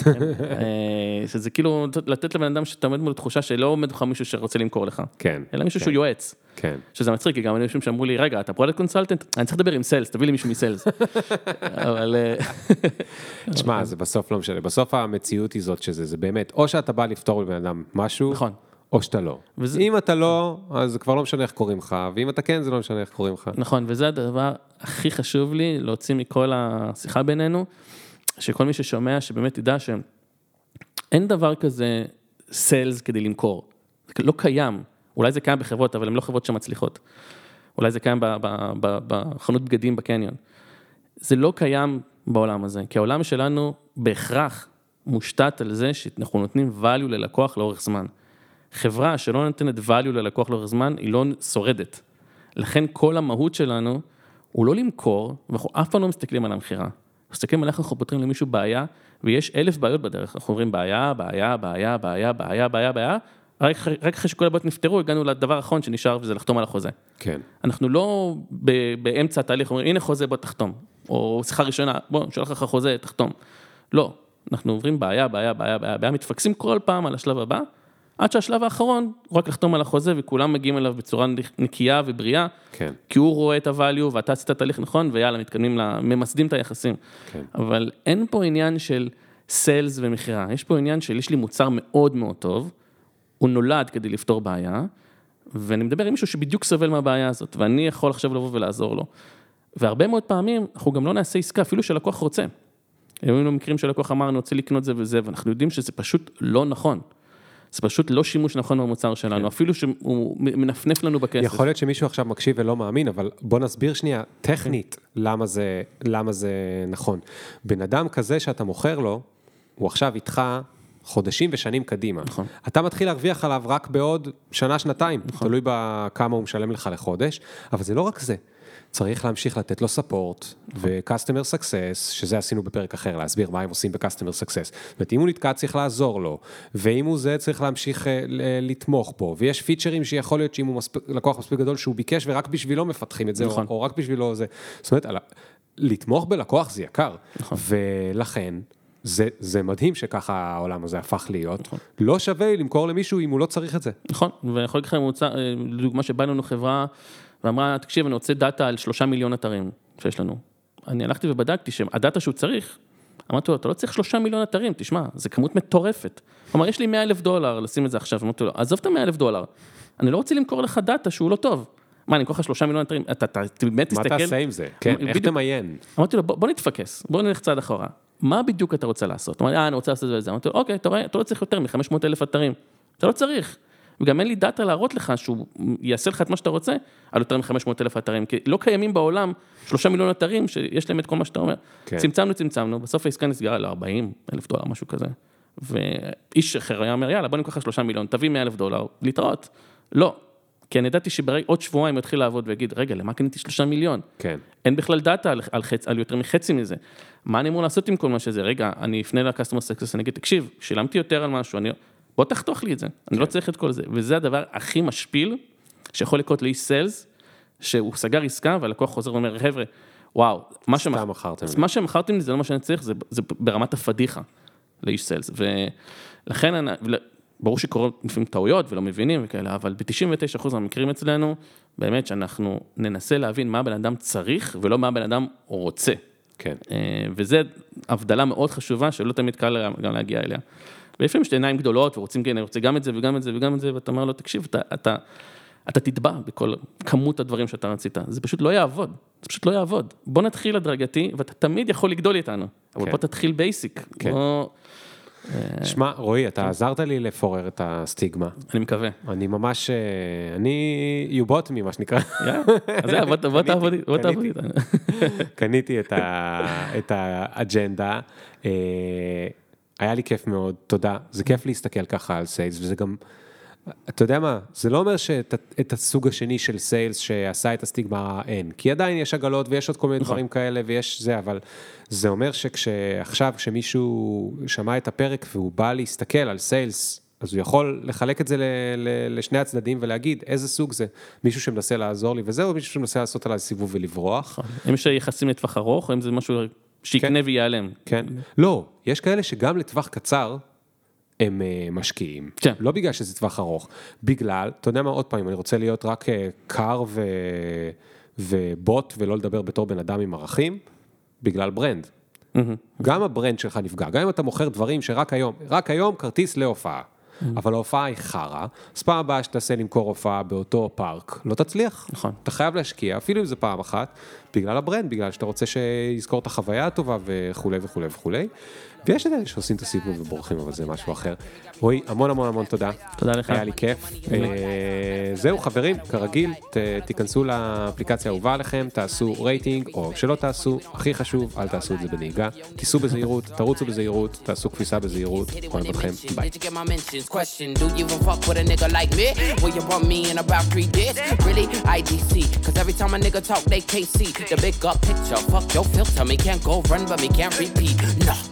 שזה כאילו לתת לבן אדם שאתה עומד מול תחושה שלא עומד לך מישהו שרוצה למכור לך, אלא מישהו שהוא יועץ, שזה מצחיק, כי גם אנשים שאמרו לי, רגע, אתה פרודקט קונסלטנט? אני צריך לדבר עם סיילס, תביא לי מישהו מסיילס. אבל... תשמע, זה בסוף לא משנה, בסוף המציאות היא זאת שזה, זה באמת, או שאתה בא לפתור לבן אדם משהו, או שאתה לא. אם אתה לא, אז זה כבר לא משנה איך קוראים לך, ואם אתה כן, זה לא משנה איך קוראים לך. נכון, וזה הדבר הכי חשוב לי, להוציא מכל השיחה בינינו, שכל מי ששומע, שבאמת ידע שאין דבר כזה סיילס כדי למכור. זה לא קיים. אולי זה קיים בחברות, אבל הן לא חברות שמצליחות. אולי זה קיים בחנות בגדים בקניון. זה לא קיים בעולם הזה, כי העולם שלנו בהכרח מושתת על זה שאנחנו נותנים value ללקוח לאורך זמן. חברה שלא נותנת value ללקוח לאורך זמן, היא לא שורדת. לכן כל המהות שלנו הוא לא למכור, ואנחנו אף פעם לא מסתכלים על המחירה. אנחנו מסתכלים על איך אנחנו פותרים למישהו בעיה, ויש 1000 בעיות בדרך. אנחנו אומרים בעיה, בעיה, בעיה, בעיה, בעיה, בעיה, בעיה. רק אחרי שכל הבעיות נפתרו, הגענו לדבר האחרון שנשאר, וזה לחתום על החוזה. כן. אנחנו לא באמצע התהליך, אומרים, הנה חוזה, בוא תחתום. או שיחה ראשונה, בוא, שולח לך חוזה, תחתום. לא. אנחנו עוברים בעיה, בעיה, בעיה, בעיה, בעיה, מתפקסים כל פעם על השלב הבא, עד שהשלב האחרון, רק לחתום על החוזה, וכולם מגיעים אליו בצורה נקייה ובריאה, כן. כי הוא רואה את הvalue, ואתה עשית תהליך נכון, ויאללה, מתקדמים, ממסדים את היחסים. כן. אבל אין פה עניין של סיילס ומחירה, יש פה עניין של, יש לי מוצר מאוד מאוד טוב, הוא נולד כדי לפתור בעיה, ואני מדבר עם מישהו שבדיוק סובל מהבעיה הזאת, ואני יכול עכשיו לבוא ולעזור לו. והרבה מאוד פעמים, אנחנו גם לא נעשה עסקה, אפילו שלקוח רוצה. היו לנו מקרים שלקוח אמר, אני רוצה לקנות זה וזה, ואנחנו יודעים שזה פשוט לא נכון. זה פשוט לא שימוש נכון במוצר שלנו, אפילו שהוא מנפנף לנו בכסף. יכול להיות שמישהו עכשיו מקשיב ולא מאמין, אבל בוא נסביר שנייה, טכנית, למה זה נכון. בן אדם כזה שאתה מוכר לו, הוא עכשיו איתך חודשים ושנים קדימה. נכון. אתה מתחיל להרוויח עליו רק בעוד שנה, שנתיים, תלוי בכמה הוא משלם לך לחודש, אבל זה לא רק זה. צריך להמשיך לתת לו ספורט, ו-customer success, שזה עשינו בפרק אחר, להסביר מה הם עושים ב-customer success. זאת אומרת, אם הוא נתקע, צריך לעזור לו, ואם הוא זה, צריך להמשיך לתמוך בו, ויש פיצ'רים שיכול להיות שאם הוא לקוח מספיק גדול, שהוא ביקש, ורק בשבילו מפתחים את זה, או רק בשבילו זה. זאת אומרת, לתמוך בלקוח זה יקר, ולכן, זה מדהים שככה העולם הזה הפך להיות, לא שווה למכור למישהו אם הוא לא צריך את זה. נכון, ויכול לקחת לדוגמה שבאנו לנו חברה, ואמרה, תקשיב, אני רוצה דאטה על 3 מיליון אתרים שיש לנו. אני הלכתי ובדקתי שהדאטה שהוא צריך, אמרתי לו, אתה לא צריך 3 מיליון אתרים, תשמע, זה כמות מטורפת. כלומר, יש לי $100,000 לשים את זה עכשיו, אמרתי לו, עזוב את $100,000, אני לא רוצה למכור לך דאטה שהוא לא טוב. מה, אני אמכור לך 3 מיליון אתרים, אתה באמת תסתכל... מה תעשה עם זה? כן, איך תמיין? אמרתי לו, בוא נתפקס, בוא נלך צעד אחורה. מה בדיוק אתה רוצה לעשות? אמרתי, אני רוצה לעשות את זה. אמרתי לו, אוקיי, אתה לא צריך יותר מ-500,000 אתרים. אתה לא צריך. וגם אין לי דאטה להראות לך שהוא יעשה לך את מה שאתה רוצה, על יותר מ-500,000 אתרים, כי לא קיימים בעולם 3 מיליון אתרים שיש להם את כל מה שאתה אומר. צמצמנו, בסוף העסקה נסגרה ל$40,000, משהו כזה. ואיש אחר היה אומר, יאללה, בוא ניקח 3 מיליון, תביא $100,000, להתראות. לא, כי אני ידעתי שבעוד שבועיים הוא יתחיל לעבוד ויגיד, רגע, למה קניתי 3 מיליון? כן. אין בכלל דאטה על יותר מחצי מזה. מה אני אמור לעשות עם כל מה שזה? רגע, אני אפנה ל-Customer Success, אני אגיד, תקשיב, שילמתי יותר על משהו, בוא תחתוך לי את זה, אני לא צריך את כל זה. וזה הדבר הכי משפיל שיכול לקרות לאיש סיילס, שהוא סגר עסקה, והלקוח חוזר ואומר, חבר'ה, וואו, מה שמכרתם לי זה לא מה שאני צריך, זה ברמת הפדיחה לאיש סיילס. ולכן, ברור שקורות לפעמים טעויות ולא מבינים וכאלה, אבל ב-99% מהמקרים אצלנו, באמת שאנחנו ננסה להבין מה הבן אדם צריך, ולא מה הבן אדם רוצה. כן. וזה הבדלה מאוד חשובה, שלא תמיד קל גם להגיע אליה. ולפעמים יש עיניים גדולות, ורוצים, כן, אני רוצה גם את זה וגם את זה וגם את זה, ואתה אומר לו, תקשיב, אתה תטבע בכל כמות הדברים שאתה רצית. זה פשוט לא יעבוד. זה פשוט לא יעבוד. בוא נתחיל הדרגתי, ואתה תמיד יכול לגדול איתנו. אבל בוא תתחיל בייסיק. כן. שמע, רועי, אתה עזרת לי לפורר את הסטיגמה. אני מקווה. אני ממש, you bought me, מה שנקרא. אז זה, בוא תעבוד איתנו. קניתי את האג'נדה. היה לי כיף מאוד, תודה. זה כיף להסתכל ככה על סיילס, וזה גם, אתה יודע מה, זה לא אומר שאת הסוג השני של סיילס שעשה את הסטיגמה אין, כי עדיין יש עגלות ויש עוד כל מיני דברים כאלה ויש זה, אבל זה אומר שעכשיו כשמישהו שמע את הפרק והוא בא להסתכל על סיילס, אז הוא יכול לחלק את זה לשני הצדדים ולהגיד איזה סוג זה, מישהו שמנסה לעזור לי וזהו, מישהו שמנסה לעשות עליי סיבוב ולברוח. אם יש יחסים לטווח ארוך, או אם זה משהו שיקנה ויעלם. כן, לא, יש כאלה שגם לטווח קצר, הם משקיעים. כן. לא בגלל שזה טווח ארוך, בגלל, אתה יודע מה, עוד פעם, אני רוצה להיות רק קר ובוט, ולא לדבר בתור בן אדם עם ערכים, בגלל ברנד. גם הברנד שלך נפגע, גם אם אתה מוכר דברים שרק היום כרטיס להופעה, אבל ההופעה היא חרה, אז פעם הבאה שתעשה למכור הופעה באותו פארק, לא תצליח. נכון. אתה חייב להשקיע, אפילו אם זה פעם אחת, בגלל הברנד, בגלל שאתה רוצה שיזכור את החוויה הטובה וכו' וכו' וכו'. ויש את אלה שעושים את הסיפור ובורחים, אבל זה משהו אחר. רועי, המון המון המון תודה. תודה לך. היה לי כיף. זהו חברים, כרגיל, תיכנסו לאפליקציה האהובה עליכם, תעשו רייטינג, או שלא תעשו, הכי חשוב, אל תעשו את זה בנהיגה. תיסעו בזהירות, תרוצו בזהירות, תעשו כביסה בזהירות. אוהב אתכם, ביי. Do you even fuck with a nigga like me? Will you bump me in about 3 days? Really? IDC. Cause every time a nigga talk, they can't see the big up picture. Fuck your filter, me can't go run, but me can't repeat. No.